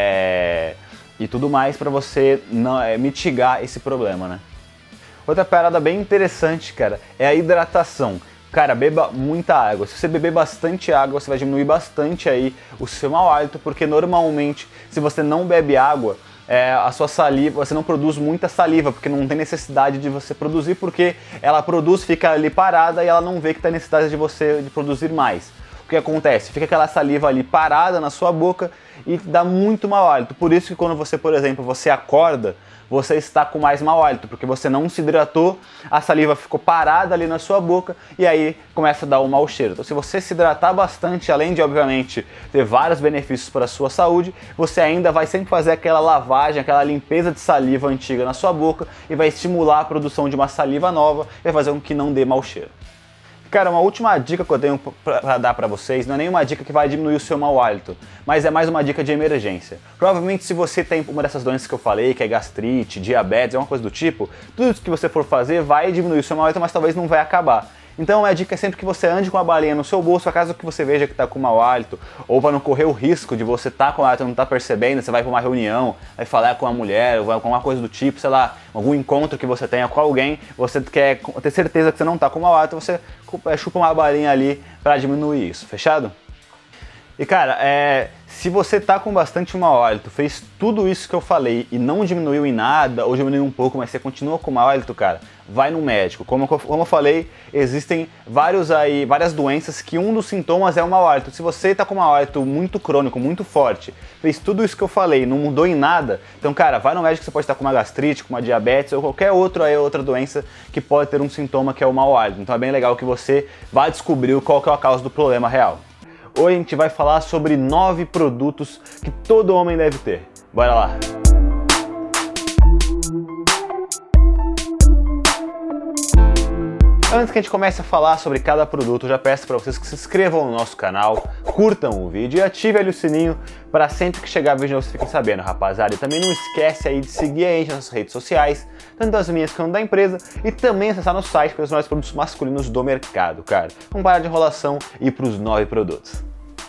e tudo mais para você mitigar esse problema, né? Outra parada bem interessante, cara, é a hidratação. Cara, beba muita água. Se você beber bastante água, você vai diminuir bastante aí o seu mau hálito, porque normalmente, se você não bebe água, a sua saliva, você não produz muita saliva, porque não tem necessidade de você produzir, porque ela produz, fica ali parada e ela não vê que tem necessidade de você de produzir mais. O que acontece? Fica aquela saliva ali parada na sua boca e dá muito mau hálito. Por isso que quando você, por exemplo, você acorda, você está com mais mau hálito, porque você não se hidratou, a saliva ficou parada ali na sua boca e aí começa a dar um mau cheiro. Então se você se hidratar bastante, além de obviamente ter vários benefícios para a sua saúde, você ainda vai sempre fazer aquela lavagem, aquela limpeza de saliva antiga na sua boca e vai estimular a produção de uma saliva nova e vai fazer com que não dê mau cheiro. Cara, uma última dica que eu tenho para dar para vocês, não é nenhuma dica que vai diminuir o seu mau hálito, mas é mais uma dica de emergência. Provavelmente se você tem uma dessas doenças que eu falei, que é gastrite, diabetes, alguma coisa do tipo, tudo isso que você for fazer vai diminuir o seu mau hálito, mas talvez não vai acabar. Então a dica é sempre que você ande com a balinha no seu bolso, caso que você veja que está com mau hálito, ou para não correr o risco de você estar com mau hálito e não estar percebendo, você vai para uma reunião, vai falar com uma mulher, ou com alguma coisa do tipo, sei lá, algum encontro que você tenha com alguém, você quer ter certeza que você não está com mau hálito, você chupa uma balinha ali para diminuir isso, fechado? E cara, se você tá com bastante mau hálito, fez tudo isso que eu falei e não diminuiu em nada, ou diminuiu um pouco, mas você continua com mau hálito, cara, vai no médico. Como eu falei, existem várias doenças que um dos sintomas é o mau hálito. Se você tá com mau hálito muito crônico, muito forte, fez tudo isso que eu falei, não mudou em nada, então cara, vai no médico, você pode estar com uma gastrite, com uma diabetes ou qualquer outra doença que pode ter um sintoma que é o mau hálito. Então é bem legal que você vá descobrir qual que é a causa do problema real. Hoje a gente vai falar sobre 9 produtos que todo homem deve ter. Bora lá! Antes que a gente comece a falar sobre cada produto, eu já peço para vocês que se inscrevam no nosso canal, curtam o vídeo e ativem ali o sininho para sempre que chegar vídeo vocês fiquem sabendo, rapaziada. E também não esquece aí de seguir a gente nas redes sociais, tanto as minhas quanto da empresa, e também acessar nosso site para os novos produtos masculinos do mercado, cara. Vamos parar de enrolação e ir para os 9 produtos.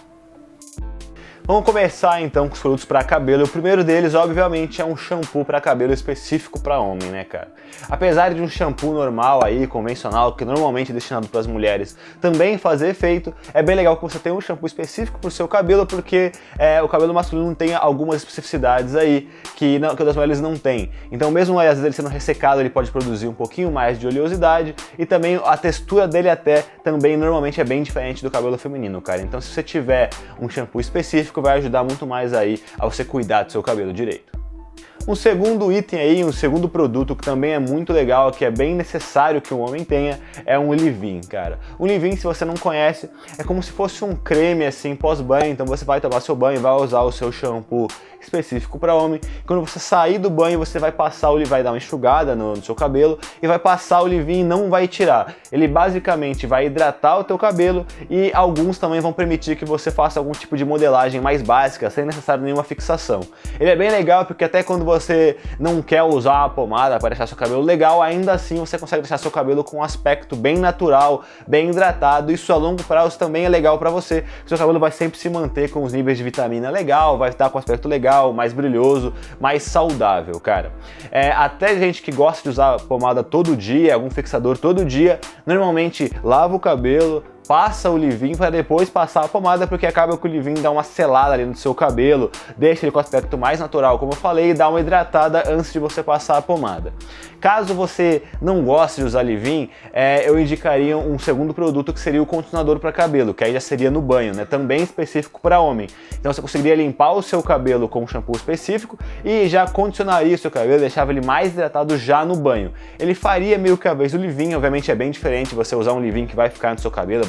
Vamos começar então com os produtos para cabelo. O primeiro deles, obviamente, é um shampoo para cabelo específico para homem, né, cara? Apesar de um shampoo normal aí, convencional, que normalmente é destinado para as mulheres, também fazer efeito, é bem legal que você tenha um shampoo específico para o seu cabelo, porque o cabelo masculino tem algumas especificidades aí que o das mulheres não tem. Então, mesmo às vezes ele sendo ressecado, ele pode produzir um pouquinho mais de oleosidade e também a textura dele até também normalmente é bem diferente do cabelo feminino, cara. Então, se você tiver um shampoo específico, vai ajudar muito mais aí a você cuidar do seu cabelo direito. Um segundo item aí, um segundo produto que também é muito legal, que é bem necessário que um homem tenha, é um leave-in, cara. O leave-in, se você não conhece, é como se fosse um creme assim pós-banho, então você vai tomar seu banho, vai usar o seu shampoo específico para homem. Quando você sair do banho, você vai passar vai dar uma enxugada no seu cabelo e vai passar o leave-in e não vai tirar. Ele basicamente vai hidratar o teu cabelo e alguns também vão permitir que você faça algum tipo de modelagem mais básica, sem necessário nenhuma fixação. Ele é bem legal porque até quando você não quer usar a pomada para deixar seu cabelo legal, ainda assim você consegue deixar seu cabelo com um aspecto bem natural, bem hidratado. Isso a longo prazo também é legal para você. Seu cabelo vai sempre se manter com os níveis de vitamina legal, vai estar com um aspecto legal, mais brilhoso, mais saudável, cara. Até gente que gosta de usar pomada todo dia, algum fixador todo dia, normalmente lava o cabelo, passa o leave-in para depois passar a pomada, porque acaba que o leave-in dá uma selada ali no seu cabelo, deixa ele com aspecto mais natural, como eu falei, e dá uma hidratada antes de você passar a pomada. Caso você não goste de usar leave-in, eu indicaria um segundo produto que seria o condicionador para cabelo, que aí já seria no banho, né? Também específico para homem. Então você conseguiria limpar o seu cabelo com um shampoo específico e já condicionaria o seu cabelo, deixava ele mais hidratado já no banho. Ele faria meio que a vez do leave-in, obviamente é bem diferente você usar um leave-in que vai ficar no seu cabelo, vai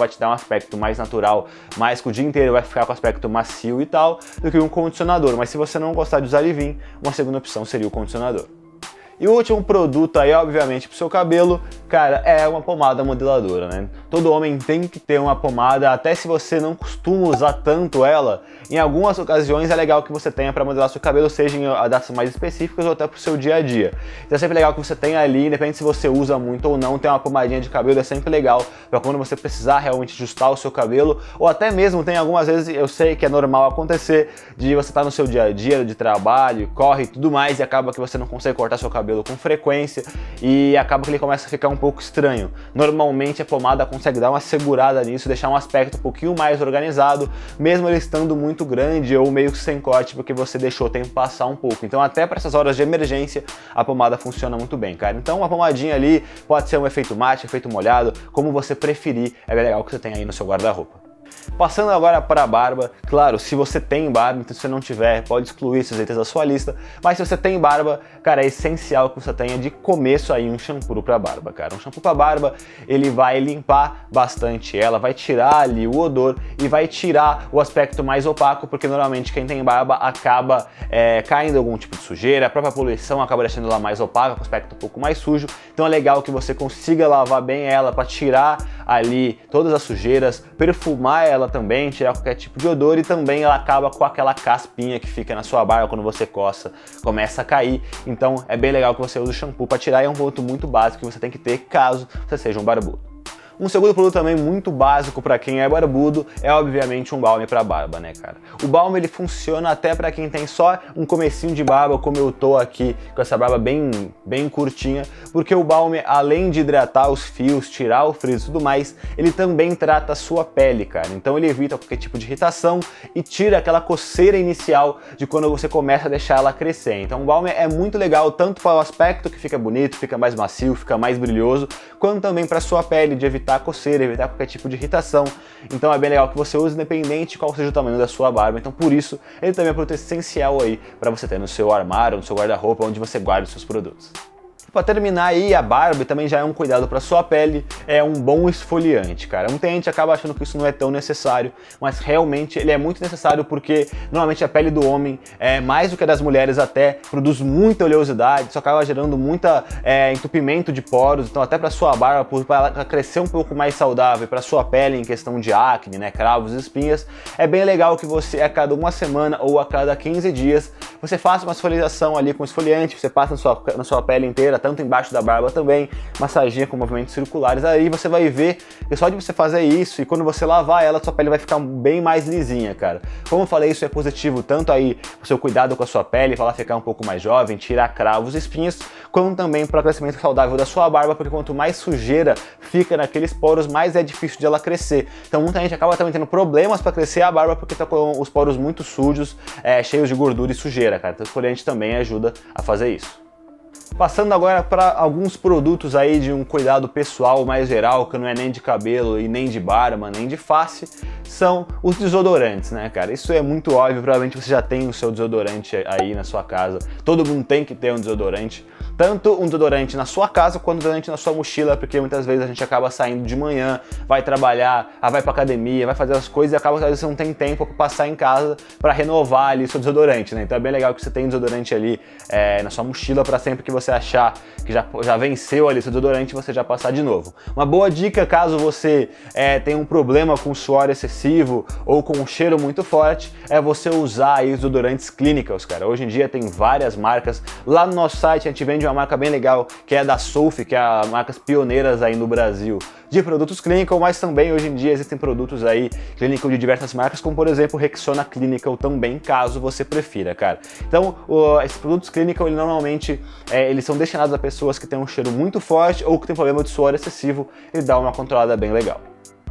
forte, dá um aspecto mais natural, mais que o dia inteiro vai ficar com aspecto macio e tal, do que um condicionador. Mas se você não gostar de usar leave-in, uma segunda opção seria o condicionador. E o último produto aí, obviamente, pro seu cabelo, cara, é uma pomada modeladora, né? Todo homem tem que ter uma pomada, até se você não costuma usar tanto ela, em algumas ocasiões é legal que você tenha para modelar seu cabelo, seja em datas mais específicas ou até pro seu dia a dia. Então é sempre legal que você tenha ali, independente se você usa muito ou não, ter uma pomadinha de cabelo é sempre legal, para quando você precisar realmente ajustar o seu cabelo, ou até mesmo tem algumas vezes, eu sei que é normal acontecer, de você estar no seu dia a dia, de trabalho, corre e tudo mais, e acaba que você não consegue cortar seu cabelo com frequência e acaba que ele começa a ficar um pouco estranho. Normalmente a pomada consegue dar uma segurada nisso, deixar um aspecto um pouquinho mais organizado, mesmo ele estando muito grande ou meio que sem corte, porque você deixou o tempo passar um pouco. Então até para essas horas de emergência a pomada funciona muito bem, cara. Então uma pomadinha ali pode ser um efeito mate, efeito molhado, como você preferir, é bem legal que você tenha aí no seu guarda-roupa. Passando agora para a barba, claro, se você tem barba, então se você não tiver, pode excluir esses itens da sua lista, mas se você tem barba, cara, é essencial que você tenha de começo aí um shampoo para barba, cara. Um shampoo para barba, ele vai limpar bastante ela, vai tirar ali o odor e vai tirar o aspecto mais opaco, porque normalmente quem tem barba acaba caindo algum tipo de sujeira, a própria poluição acaba deixando ela mais opaca, com o aspecto um pouco mais sujo, então é legal que você consiga lavar bem ela para tirar ali todas as sujeiras, perfumar ela também, tirar qualquer tipo de odor e também ela acaba com aquela caspinha que fica na sua barba quando você coça, começa a cair. Então é bem legal que você use o shampoo para tirar e é um ponto muito básico que você tem que ter caso você seja um barbudo. Um segundo produto também muito básico para quem é barbudo é obviamente um balme para barba, né, cara? O balme ele funciona até para quem tem só um comecinho de barba, como eu tô aqui com essa barba bem curtinha, porque o balme, além de hidratar os fios, tirar o frizz e tudo mais, ele também trata a sua pele, cara. Então ele evita qualquer tipo de irritação e tira aquela coceira inicial de quando você começa a deixar ela crescer. Então o balme é muito legal tanto para o aspecto que fica bonito, fica mais macio, fica mais brilhoso, quanto também para sua pele, de evitar a coceira, evitar qualquer tipo de irritação. Então é bem legal que você use independente de qual seja o tamanho da sua barba. Então por isso ele também é um produto essencial aí para você ter no seu armário, no seu guarda-roupa, onde você guarda os seus produtos. Para terminar aí, a barba também já é um cuidado para sua pele, é um bom esfoliante, cara. Muita gente acaba achando que isso não é tão necessário, mas realmente ele é muito necessário porque normalmente a pele do homem, mais do que a das mulheres até, produz muita oleosidade, isso acaba gerando muita entupimento de poros, então até para sua barba, para ela crescer um pouco mais saudável, para sua pele em questão de acne, né, cravos e espinhas, é bem legal que você a cada uma semana ou a cada 15 dias, você faça uma esfoliação ali com esfoliante, você passa na sua pele inteira, tanto embaixo da barba também, massageia com movimentos circulares, aí você vai ver que só de você fazer isso e quando você lavar ela, sua pele vai ficar bem mais lisinha, cara. Como eu falei, isso é positivo tanto aí pro seu cuidado com a sua pele, para ela ficar um pouco mais jovem, tirar cravos e espinhas, como também para o crescimento saudável da sua barba, porque quanto mais sujeira fica naqueles poros, mais é difícil de ela crescer. Então muita gente acaba também tendo problemas para crescer a barba porque tá com os poros muito sujos, cheios de gordura e sujeira, cara. Então o esfoliante também ajuda a fazer isso. Passando agora para alguns produtos aí de um cuidado pessoal mais geral, que não é nem de cabelo e nem de barba, nem de face, são os desodorantes, né, cara? Isso é muito óbvio, provavelmente você já tem o seu desodorante aí na sua casa. Todo mundo tem que ter um desodorante. Tanto um desodorante na sua casa quanto um desodorante na sua mochila, porque muitas vezes a gente acaba saindo de manhã, vai trabalhar, vai pra academia, vai fazer as coisas e acaba que às vezes você não tem tempo para passar em casa para renovar ali o seu desodorante, né? Então é bem legal que você tenha desodorante ali na sua mochila para sempre que você achar que já venceu ali o seu desodorante, você já passar de novo. Uma boa dica caso você tenha um problema com suor excessivo ou com um cheiro muito forte, é você usar aí os desodorantes Clinicals, cara. Hoje em dia tem várias marcas. Lá no nosso site a gente vende uma marca bem legal, que é da Sophie, que é a marcas pioneiras aí no Brasil de produtos Clinical, mas também hoje em dia existem produtos aí Clinical de diversas marcas, como por exemplo o Rexona Clinical também, caso você prefira, cara. Então, esses produtos Clinical, normalmente, eles são destinados a pessoas que têm um cheiro muito forte ou que têm problema de suor excessivo e dá uma controlada bem legal.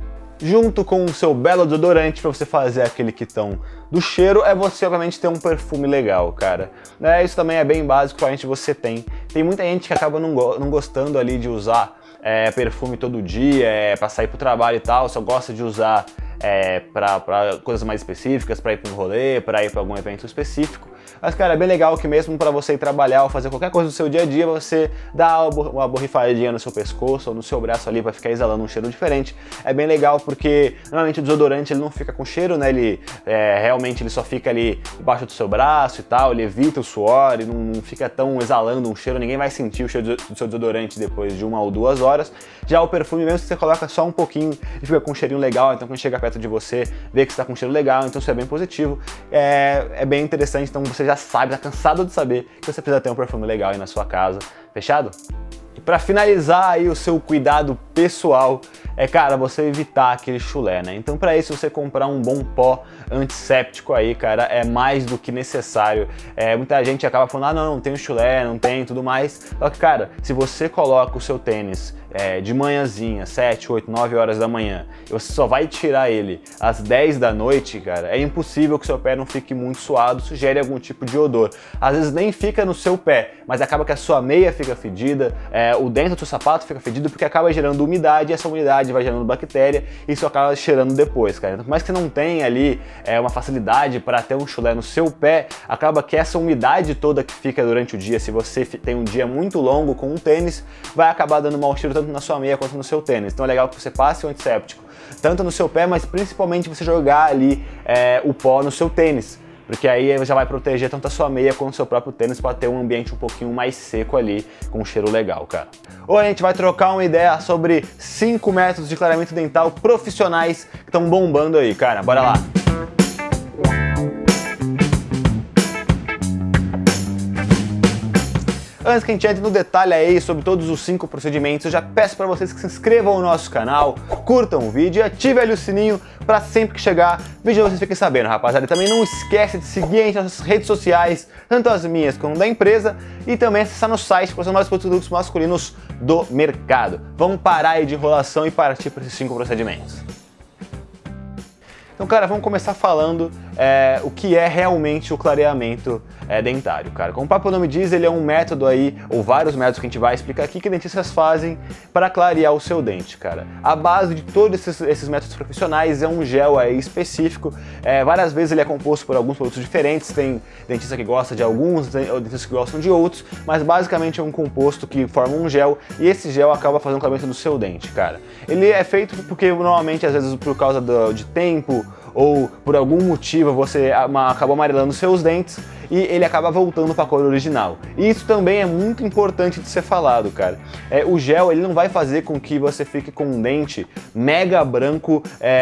Junto com o seu belo desodorante para você fazer aquele quitão do cheiro, é você obviamente ter um perfume legal, cara. Isso também é bem básico, provavelmente você tem. Tem muita gente que acaba não gostando ali de usar perfume todo dia, para sair pro trabalho e tal, só gosta de usar para coisas mais específicas, para ir para um rolê, para ir para algum evento específico. Mas, cara, é bem legal que mesmo para você ir trabalhar ou fazer qualquer coisa do seu dia a dia, você dá uma borrifadinha no seu pescoço ou no seu braço ali para ficar exalando um cheiro diferente. É bem legal porque normalmente o desodorante ele não fica com cheiro, né? Ele realmente ele só fica ali embaixo do seu braço e tal, ele evita o suor e não fica tão exalando um cheiro, ninguém vai sentir o cheiro do seu desodorante depois de 1 ou 2 horas. Já o perfume mesmo, você coloca só um pouquinho e fica com um cheirinho legal, então quando chega perto de você, vê que está com um cheiro legal, então isso é bem positivo, é bem interessante, então você já sabe, tá cansado de saber que você precisa ter um perfume legal aí na sua casa, fechado? E para finalizar aí o seu cuidado pessoal, cara, você evitar aquele chulé, né? Então para isso você comprar um bom pó antisséptico aí, cara, é mais do que necessário. Muita gente acaba falando, não tenho chulé, não tem, tudo mais. Só que, cara, se você coloca o seu tênis de manhãzinha, 7, 8, 9 horas da manhã, e você só vai tirar ele às 10 da noite, cara, é impossível que seu pé não fique muito suado, sugere algum tipo de odor. Às vezes nem fica no seu pé, mas acaba que a sua meia fica fedida, o dentro do seu sapato fica fedido, porque acaba gerando umidade, e essa umidade vai gerando bactéria, e isso acaba cheirando depois, cara. Então, por mais que você não tenha ali uma facilidade para ter um chulé no seu pé, acaba que essa umidade toda que fica durante o dia, se você tem um dia muito longo com um tênis, vai acabar dando mau cheiro tanto na sua meia quanto no seu tênis. Então é legal que você passe o antisséptico tanto no seu pé, mas principalmente você jogar ali o pó no seu tênis, porque aí já vai proteger tanto a sua meia quanto o seu próprio tênis para ter um ambiente um pouquinho mais seco ali, com um cheiro legal, cara. Hoje a gente vai trocar uma ideia sobre 5 métodos de clareamento dental profissionais que estão bombando aí, cara. Bora lá! Antes que a gente entre no detalhe aí sobre todos os 5 procedimentos, eu já peço para vocês que se inscrevam no nosso canal, curtam o vídeo e ativem ali o sininho para sempre que chegar vídeo vocês fiquem sabendo, rapaziada. E também não esquece de seguir a gente nas nossas redes sociais, tanto as minhas como da empresa, e também acessar no site para os mais produtos masculinos do mercado. Vamos parar aí de enrolação e partir para esses 5 procedimentos. Então, cara, vamos começar falando o que é realmente o clareamento dentário, cara. Como o próprio nome diz, ele é um método aí, ou vários métodos que a gente vai explicar aqui, que dentistas fazem para clarear o seu dente, cara. A base de todos esses métodos profissionais é um gel aí específico. Várias vezes ele é composto por alguns produtos diferentes, tem dentista que gosta de alguns, ou dentistas que gostam de outros, mas basicamente é um composto que forma um gel, e esse gel acaba fazendo o clareamento do seu dente, cara. Ele é feito porque normalmente, às vezes, por causa de tempo, ou por algum motivo você acabou amarelando seus dentes e ele acaba voltando para a cor original. E isso também é muito importante de ser falado, cara. O gel ele não vai fazer com que você fique com um dente mega branco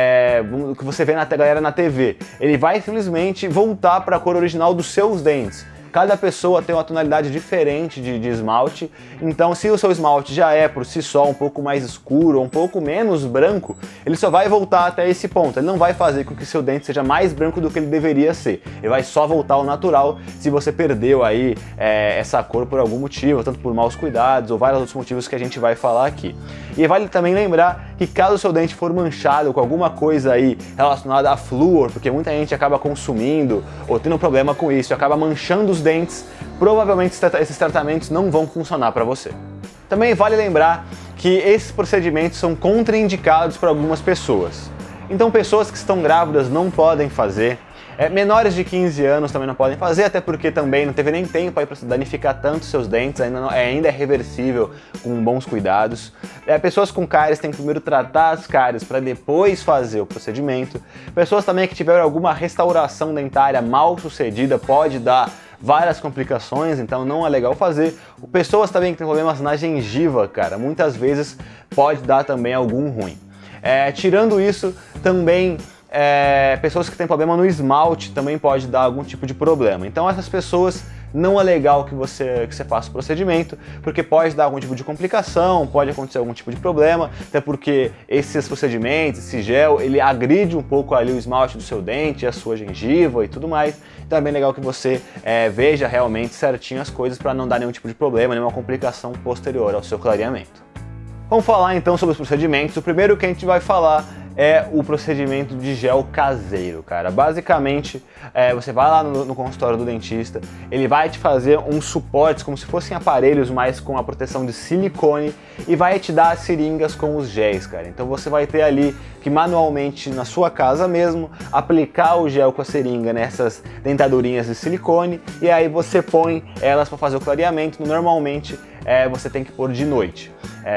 que você vê na galera na TV. Ele vai simplesmente voltar para a cor original dos seus dentes. Cada pessoa tem uma tonalidade diferente de esmalte, então se o seu esmalte já é por si só um pouco mais escuro ou um pouco menos branco, ele só vai voltar até esse ponto. Ele não vai fazer com que seu dente seja mais branco do que ele deveria ser. Ele vai só voltar ao natural se você perdeu aí essa cor por algum motivo, tanto por maus cuidados ou vários outros motivos que a gente vai falar aqui. E vale também lembrar que caso o seu dente for manchado com alguma coisa aí relacionada a flúor, porque muita gente acaba consumindo ou tendo um problema com isso e acaba manchando os dentes, provavelmente esses tratamentos não vão funcionar para você. Também vale lembrar que esses procedimentos são contraindicados para algumas pessoas. Então pessoas que estão grávidas não podem fazer, menores de 15 anos também não podem fazer, até porque também não teve nem tempo aí para danificar tanto seus dentes, ainda é reversível com bons cuidados. Pessoas com cáries têm que primeiro tratar as cáries para depois fazer o procedimento. Pessoas também que tiveram alguma restauração dentária mal sucedida pode dar várias complicações, então não é legal fazer. Pessoas também que têm problemas na gengiva, cara, muitas vezes pode dar também algum ruim. Tirando isso, também pessoas que têm problema no esmalte também pode dar algum tipo de problema. Então essas pessoas não é legal que você faça o procedimento, porque pode dar algum tipo de complicação, pode acontecer algum tipo de problema, até porque esses procedimentos, esse gel, ele agride um pouco ali o esmalte do seu dente, a sua gengiva e tudo mais. Então é bem legal que você veja realmente certinho as coisas para não dar nenhum tipo de problema, nenhuma complicação posterior ao seu clareamento. Vamos falar então sobre os procedimentos. O primeiro que a gente vai falar é o procedimento de gel caseiro, cara. Basicamente, você vai lá no consultório do dentista, ele vai te fazer uns suportes como se fossem aparelhos, mas com a proteção de silicone, e vai te dar as seringas com os géis, cara. Então você vai ter ali que manualmente na sua casa mesmo aplicar o gel com a seringa nessas dentadurinhas de silicone, e aí você põe elas para fazer o clareamento. Normalmente você tem que pôr de noite.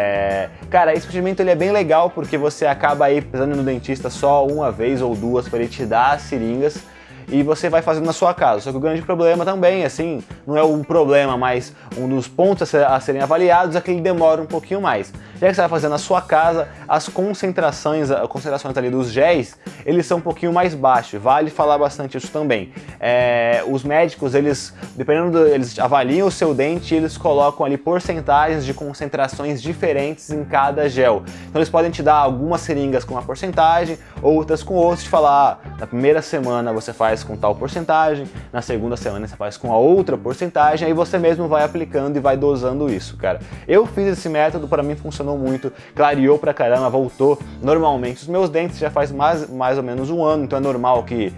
Cara, esse procedimento ele é bem legal porque você acaba aí precisando no dentista só uma vez ou duas para ele te dar as seringas e você vai fazendo na sua casa. Só que o grande problema também, assim, não é um problema, mas um dos pontos a serem avaliados é que ele demora um pouquinho mais. Já que você vai fazer na sua casa, as concentrações ali dos géis, eles são um pouquinho mais baixos. Vale falar bastante isso também. Os médicos, eles avaliam o seu dente e eles colocam ali porcentagens de concentrações diferentes em cada gel. Então eles podem te dar algumas seringas com uma porcentagem, outras com outras, te falar, na primeira semana você faz com tal porcentagem, na segunda semana você faz com a outra porcentagem, aí você mesmo vai aplicando e vai dosando isso, cara. Eu fiz esse método, para mim funcionou muito, clareou pra caramba, voltou normalmente. Os meus dentes já faz mais ou menos um ano, então é normal que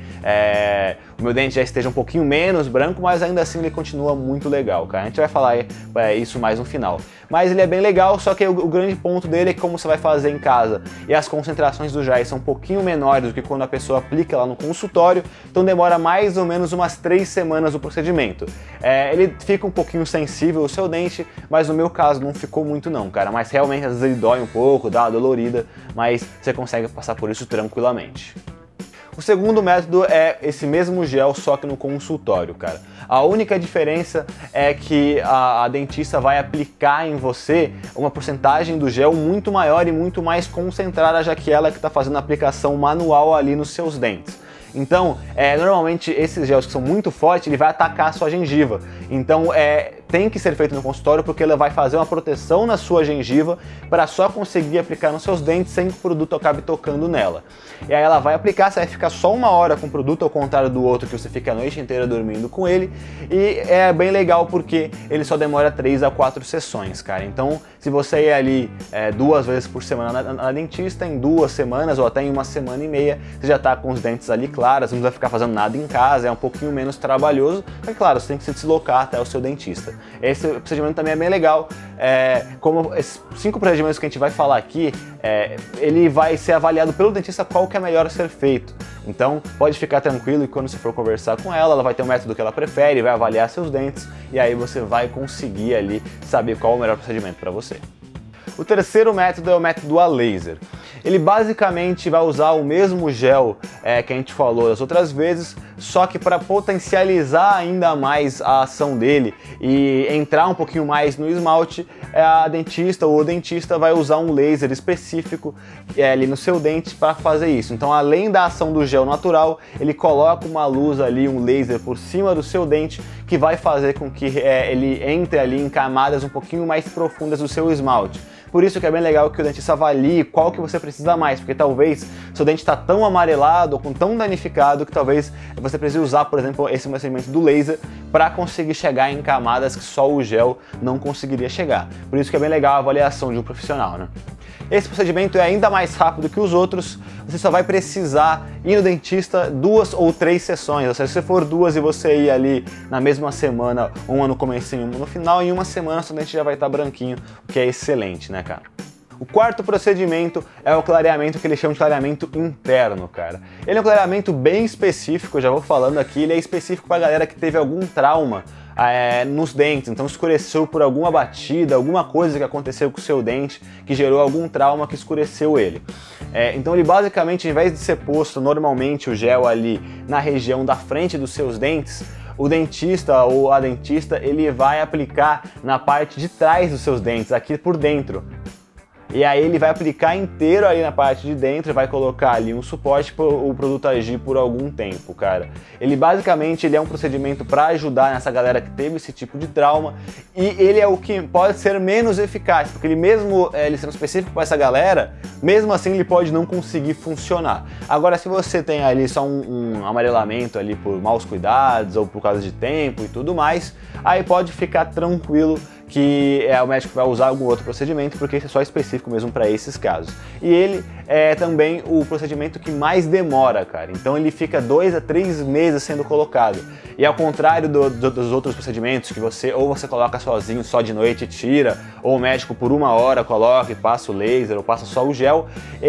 o meu dente já esteja um pouquinho menos branco, mas ainda assim ele continua muito legal, cara. A gente vai falar isso mais no final. Mas ele é bem legal, só que o grande ponto dele é como você vai fazer em casa. E as concentrações do géis são um pouquinho menores do que quando a pessoa aplica lá no consultório, então demora mais ou menos umas 3 semanas o procedimento. Ele fica um pouquinho sensível o seu dente, mas no meu caso não ficou muito não, cara. Mas realmente às vezes ele dói um pouco, dá uma dolorida, mas você consegue passar por isso tranquilamente. O segundo método é esse mesmo gel, só que no consultório, cara. A única diferença é que a dentista vai aplicar em você uma porcentagem do gel muito maior e muito mais concentrada, já que ela é que está fazendo a aplicação manual ali nos seus dentes. Então, normalmente esses gels que são muito fortes, ele vai atacar a sua gengiva. Então, tem que ser feito no consultório porque ela vai fazer uma proteção na sua gengiva para só conseguir aplicar nos seus dentes sem que o produto acabe tocando nela. E aí ela vai aplicar, você vai ficar só 1 hora com o produto, ao contrário do outro que você fica a noite inteira dormindo com ele. E é bem legal porque ele só demora 3 a 4 sessões, cara. Então, se você ir ali 2 vezes por semana na dentista, em 2 semanas ou até em 1 semana e meia, você já tá com os dentes ali claros, você não vai ficar fazendo nada em casa, é um pouquinho menos trabalhoso. Mas claro, você tem que se deslocar até o seu dentista. Esse procedimento também é bem legal. Como esses 5 procedimentos que a gente vai falar aqui, ele vai ser avaliado pelo dentista qual que é melhor a ser feito. Então pode ficar tranquilo que quando você for conversar com ela vai ter um método que ela prefere, vai avaliar seus dentes e aí você vai conseguir ali saber qual é o melhor procedimento para você. O terceiro método é o método a laser. Ele basicamente vai usar o mesmo gel que a gente falou das outras vezes, só que para potencializar ainda mais a ação dele e entrar um pouquinho mais no esmalte, a dentista ou o dentista vai usar um laser específico ali no seu dente para fazer isso. Então, além da ação do gel natural, ele coloca uma luz ali, um laser por cima do seu dente que vai fazer com que ele entre ali em camadas um pouquinho mais profundas do seu esmalte. Por isso que é bem legal que o dentista avalie qual que você precisa mais, porque talvez seu dente está tão amarelado ou tão danificado que talvez você precise usar, por exemplo, esse procedimento do laser para conseguir chegar em camadas que só o gel não conseguiria chegar. Por isso que é bem legal a avaliação de um profissional, né? Esse procedimento é ainda mais rápido que os outros, você só vai precisar ir no dentista 2 ou 3 sessões, ou seja, se for 2 e você ir ali na mesma semana, uma no comecinho, uma no final, em 1 semana seu dente já vai estar branquinho, o que é excelente, né, cara? O quarto procedimento é o clareamento que eles chamam de clareamento interno, cara. Ele é um clareamento bem específico, eu já vou falando aqui, ele é específico para a galera que teve algum trauma nos dentes, então escureceu por alguma batida, alguma coisa que aconteceu com o seu dente que gerou algum trauma que escureceu ele. Então ele basicamente, ao invés de ser posto normalmente o gel ali na região da frente dos seus dentes, o dentista ou a dentista ele vai aplicar na parte de trás dos seus dentes, aqui por dentro. E aí ele vai aplicar inteiro ali na parte de dentro, vai colocar ali um suporte para o produto agir por algum tempo, cara. Ele basicamente é um procedimento para ajudar nessa galera que teve esse tipo de trauma e ele é o que pode ser menos eficaz, porque ele mesmo ele sendo específico para essa galera, mesmo assim ele pode não conseguir funcionar. Agora se você tem ali só um amarelamento ali por maus cuidados ou por causa de tempo e tudo mais, aí pode ficar tranquilo que o médico vai usar algum outro procedimento, porque esse é só específico mesmo para esses casos. E ele é também o procedimento que mais demora, cara. Então ele fica 2 a 3 meses sendo colocado. E ao contrário dos outros procedimentos que você coloca sozinho só de noite e tira, ou o médico por 1 hora coloca e passa o laser ou passa só o gel,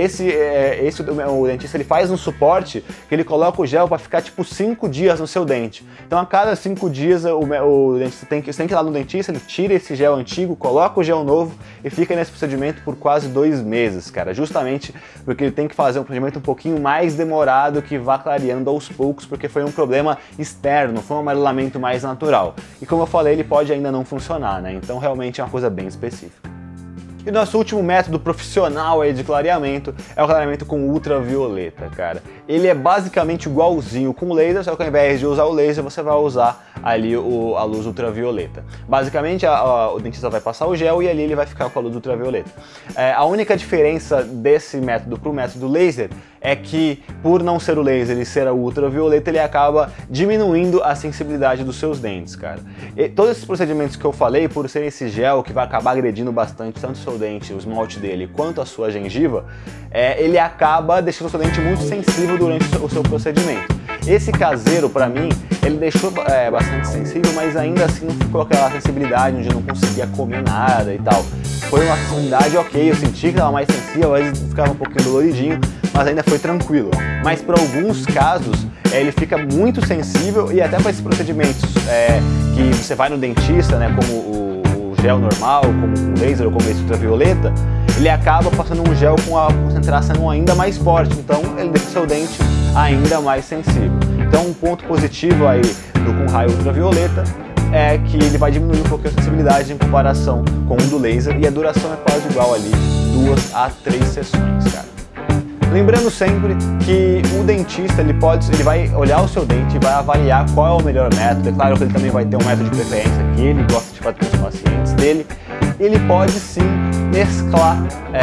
o dentista ele faz um suporte que ele coloca o gel para ficar tipo 5 dias no seu dente. Então a cada 5 dias o dentista tem que ir lá no dentista, ele tira esse gel antigo, coloca o gel novo e fica nesse procedimento por quase 2 meses, cara, justamente porque ele tem que fazer um procedimento um pouquinho mais demorado que vá clareando aos poucos, porque foi um problema externo, foi um amarelamento mais natural. E como eu falei, ele pode ainda não funcionar, né? Então realmente é uma coisa bem específica. E o nosso último método profissional aí de clareamento é o clareamento com ultravioleta, cara. Ele é basicamente igualzinho com o laser, só que ao invés de usar o laser, você vai usar ali a luz ultravioleta. Basicamente, o dentista vai passar o gel e ali ele vai ficar com a luz ultravioleta. A única diferença desse método para o método laser é que, por não ser o laser e ser a ultravioleta, ele acaba diminuindo a sensibilidade dos seus dentes, cara. E todos esses procedimentos que eu falei, por ser esse gel que vai acabar agredindo bastante tanto o seu dente, o esmalte dele, quanto a sua gengiva, ele acaba deixando o seu dente muito sensível durante o seu procedimento. Esse caseiro, pra mim, ele deixou bastante sensível, mas ainda assim não ficou aquela sensibilidade onde eu não conseguia comer nada e tal. Foi uma sensibilidade ok, eu senti que estava mais sensível, às vezes ficava um pouquinho doloridinho, mas ainda foi tranquilo. Mas para alguns casos, ele fica muito sensível e até para esses procedimentos que você vai no dentista, né, como o gel normal, como o laser ou como esse ultravioleta, ele acaba passando um gel com a concentração ainda mais forte, então ele deixa o seu dente ainda mais sensível. Então um ponto positivo aí com raio ultravioleta é que ele vai diminuir um pouquinho a sensibilidade em comparação com o do laser e a duração é quase igual ali, 2 a 3 sessões, cara. Lembrando sempre que o dentista ele vai olhar o seu dente e vai avaliar qual é o melhor método. É claro que ele também vai ter um método de preferência que ele gosta de fazer com os pacientes dele. Ele pode sim mesclar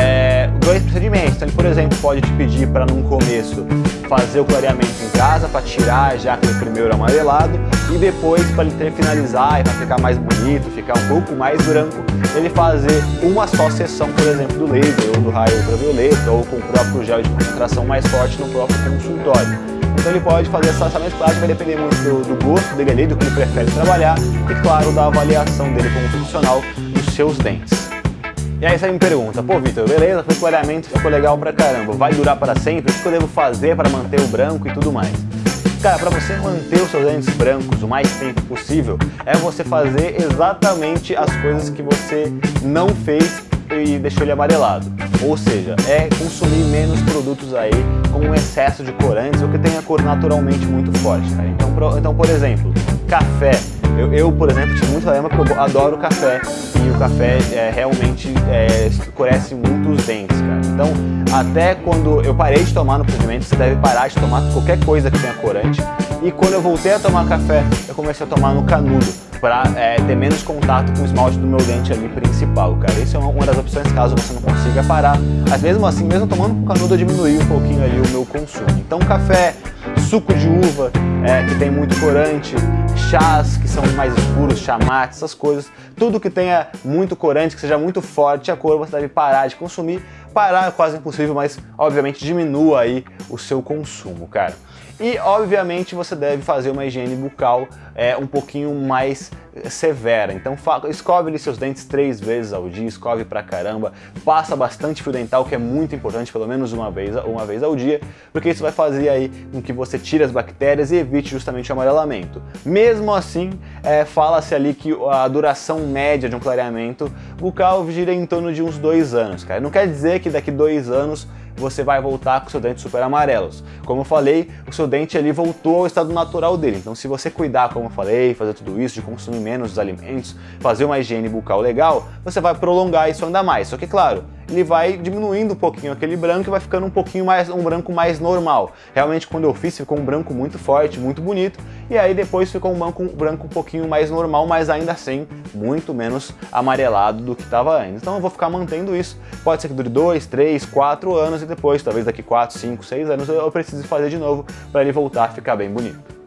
2 procedimentos. Então ele, por exemplo, pode te pedir para num começo fazer o clareamento em casa para tirar já aquele primeiro amarelado e depois para ele finalizar e para ficar mais bonito, ficar um pouco mais branco, ele fazer uma só sessão, por exemplo, do laser ou do raio ultravioleta ou com o próprio gel de concentração mais forte no próprio consultório. Então ele pode fazer essa mesclagem, vai depender muito do gosto dele ali, do que ele prefere trabalhar e, claro, da avaliação dele como profissional dos seus dentes. E aí você me pergunta, pô Vitor, beleza, foi clareamento, ficou legal pra caramba, vai durar para sempre? O que eu devo fazer para manter o branco e tudo mais? Cara, para você manter os seus dentes brancos o mais tempo possível, é você fazer exatamente as coisas que você não fez e deixou ele amarelado. Ou seja, é consumir menos produtos aí com excesso de corantes ou que tenha cor naturalmente muito forte, cara. Então, por exemplo, café. Eu, por exemplo, tive muito problema porque eu adoro café e o café realmente escurece muito os dentes, cara. Então, até quando eu parei de tomar no procedimento, você deve parar de tomar qualquer coisa que tenha corante. E quando eu voltei a tomar café, eu comecei a tomar no canudo, para ter menos contato com o esmalte do meu dente ali principal, cara. Isso é uma das opções caso você não consiga parar. Mas mesmo assim, mesmo tomando com canudo, eu diminui um pouquinho ali o meu consumo. Então café, suco de uva, que tem muito corante, chás que são mais escuros, chá mate, essas coisas, tudo que tenha muito corante, que seja muito forte a cor, você deve parar de consumir. Parar é quase impossível, mas obviamente diminua aí o seu consumo, cara. E obviamente você deve fazer uma higiene bucal um pouquinho mais severa. Então escove ali seus dentes 3 vezes ao dia, escove pra caramba, passa bastante fio dental, que é muito importante, pelo menos uma vez ao dia, porque isso vai fazer aí com que você tire as bactérias e evite justamente o amarelamento. Mesmo assim, fala-se ali que a duração média de um clareamento bucal gira em torno de uns 2 anos, cara. Não quer dizer que daqui 2 anos você vai voltar com seus dentes super amarelos. Como eu falei, o seu dente ali voltou ao estado natural dele. Então se você cuidar, como eu falei, fazer tudo isso, de consumir menos os alimentos, fazer uma higiene bucal legal, você vai prolongar isso ainda mais. Só que, claro, ele vai diminuindo um pouquinho aquele branco e vai ficando um branco mais normal. Realmente, quando eu fiz, ficou um branco muito forte, muito bonito, e aí depois ficou um branco um pouquinho mais normal, mas ainda assim, muito menos amarelado do que estava antes. Então eu vou ficar mantendo isso. Pode ser que dure 2, 3, 4 anos e depois, talvez daqui 4, 5, 6 anos, eu precise fazer de novo para ele voltar a ficar bem bonito.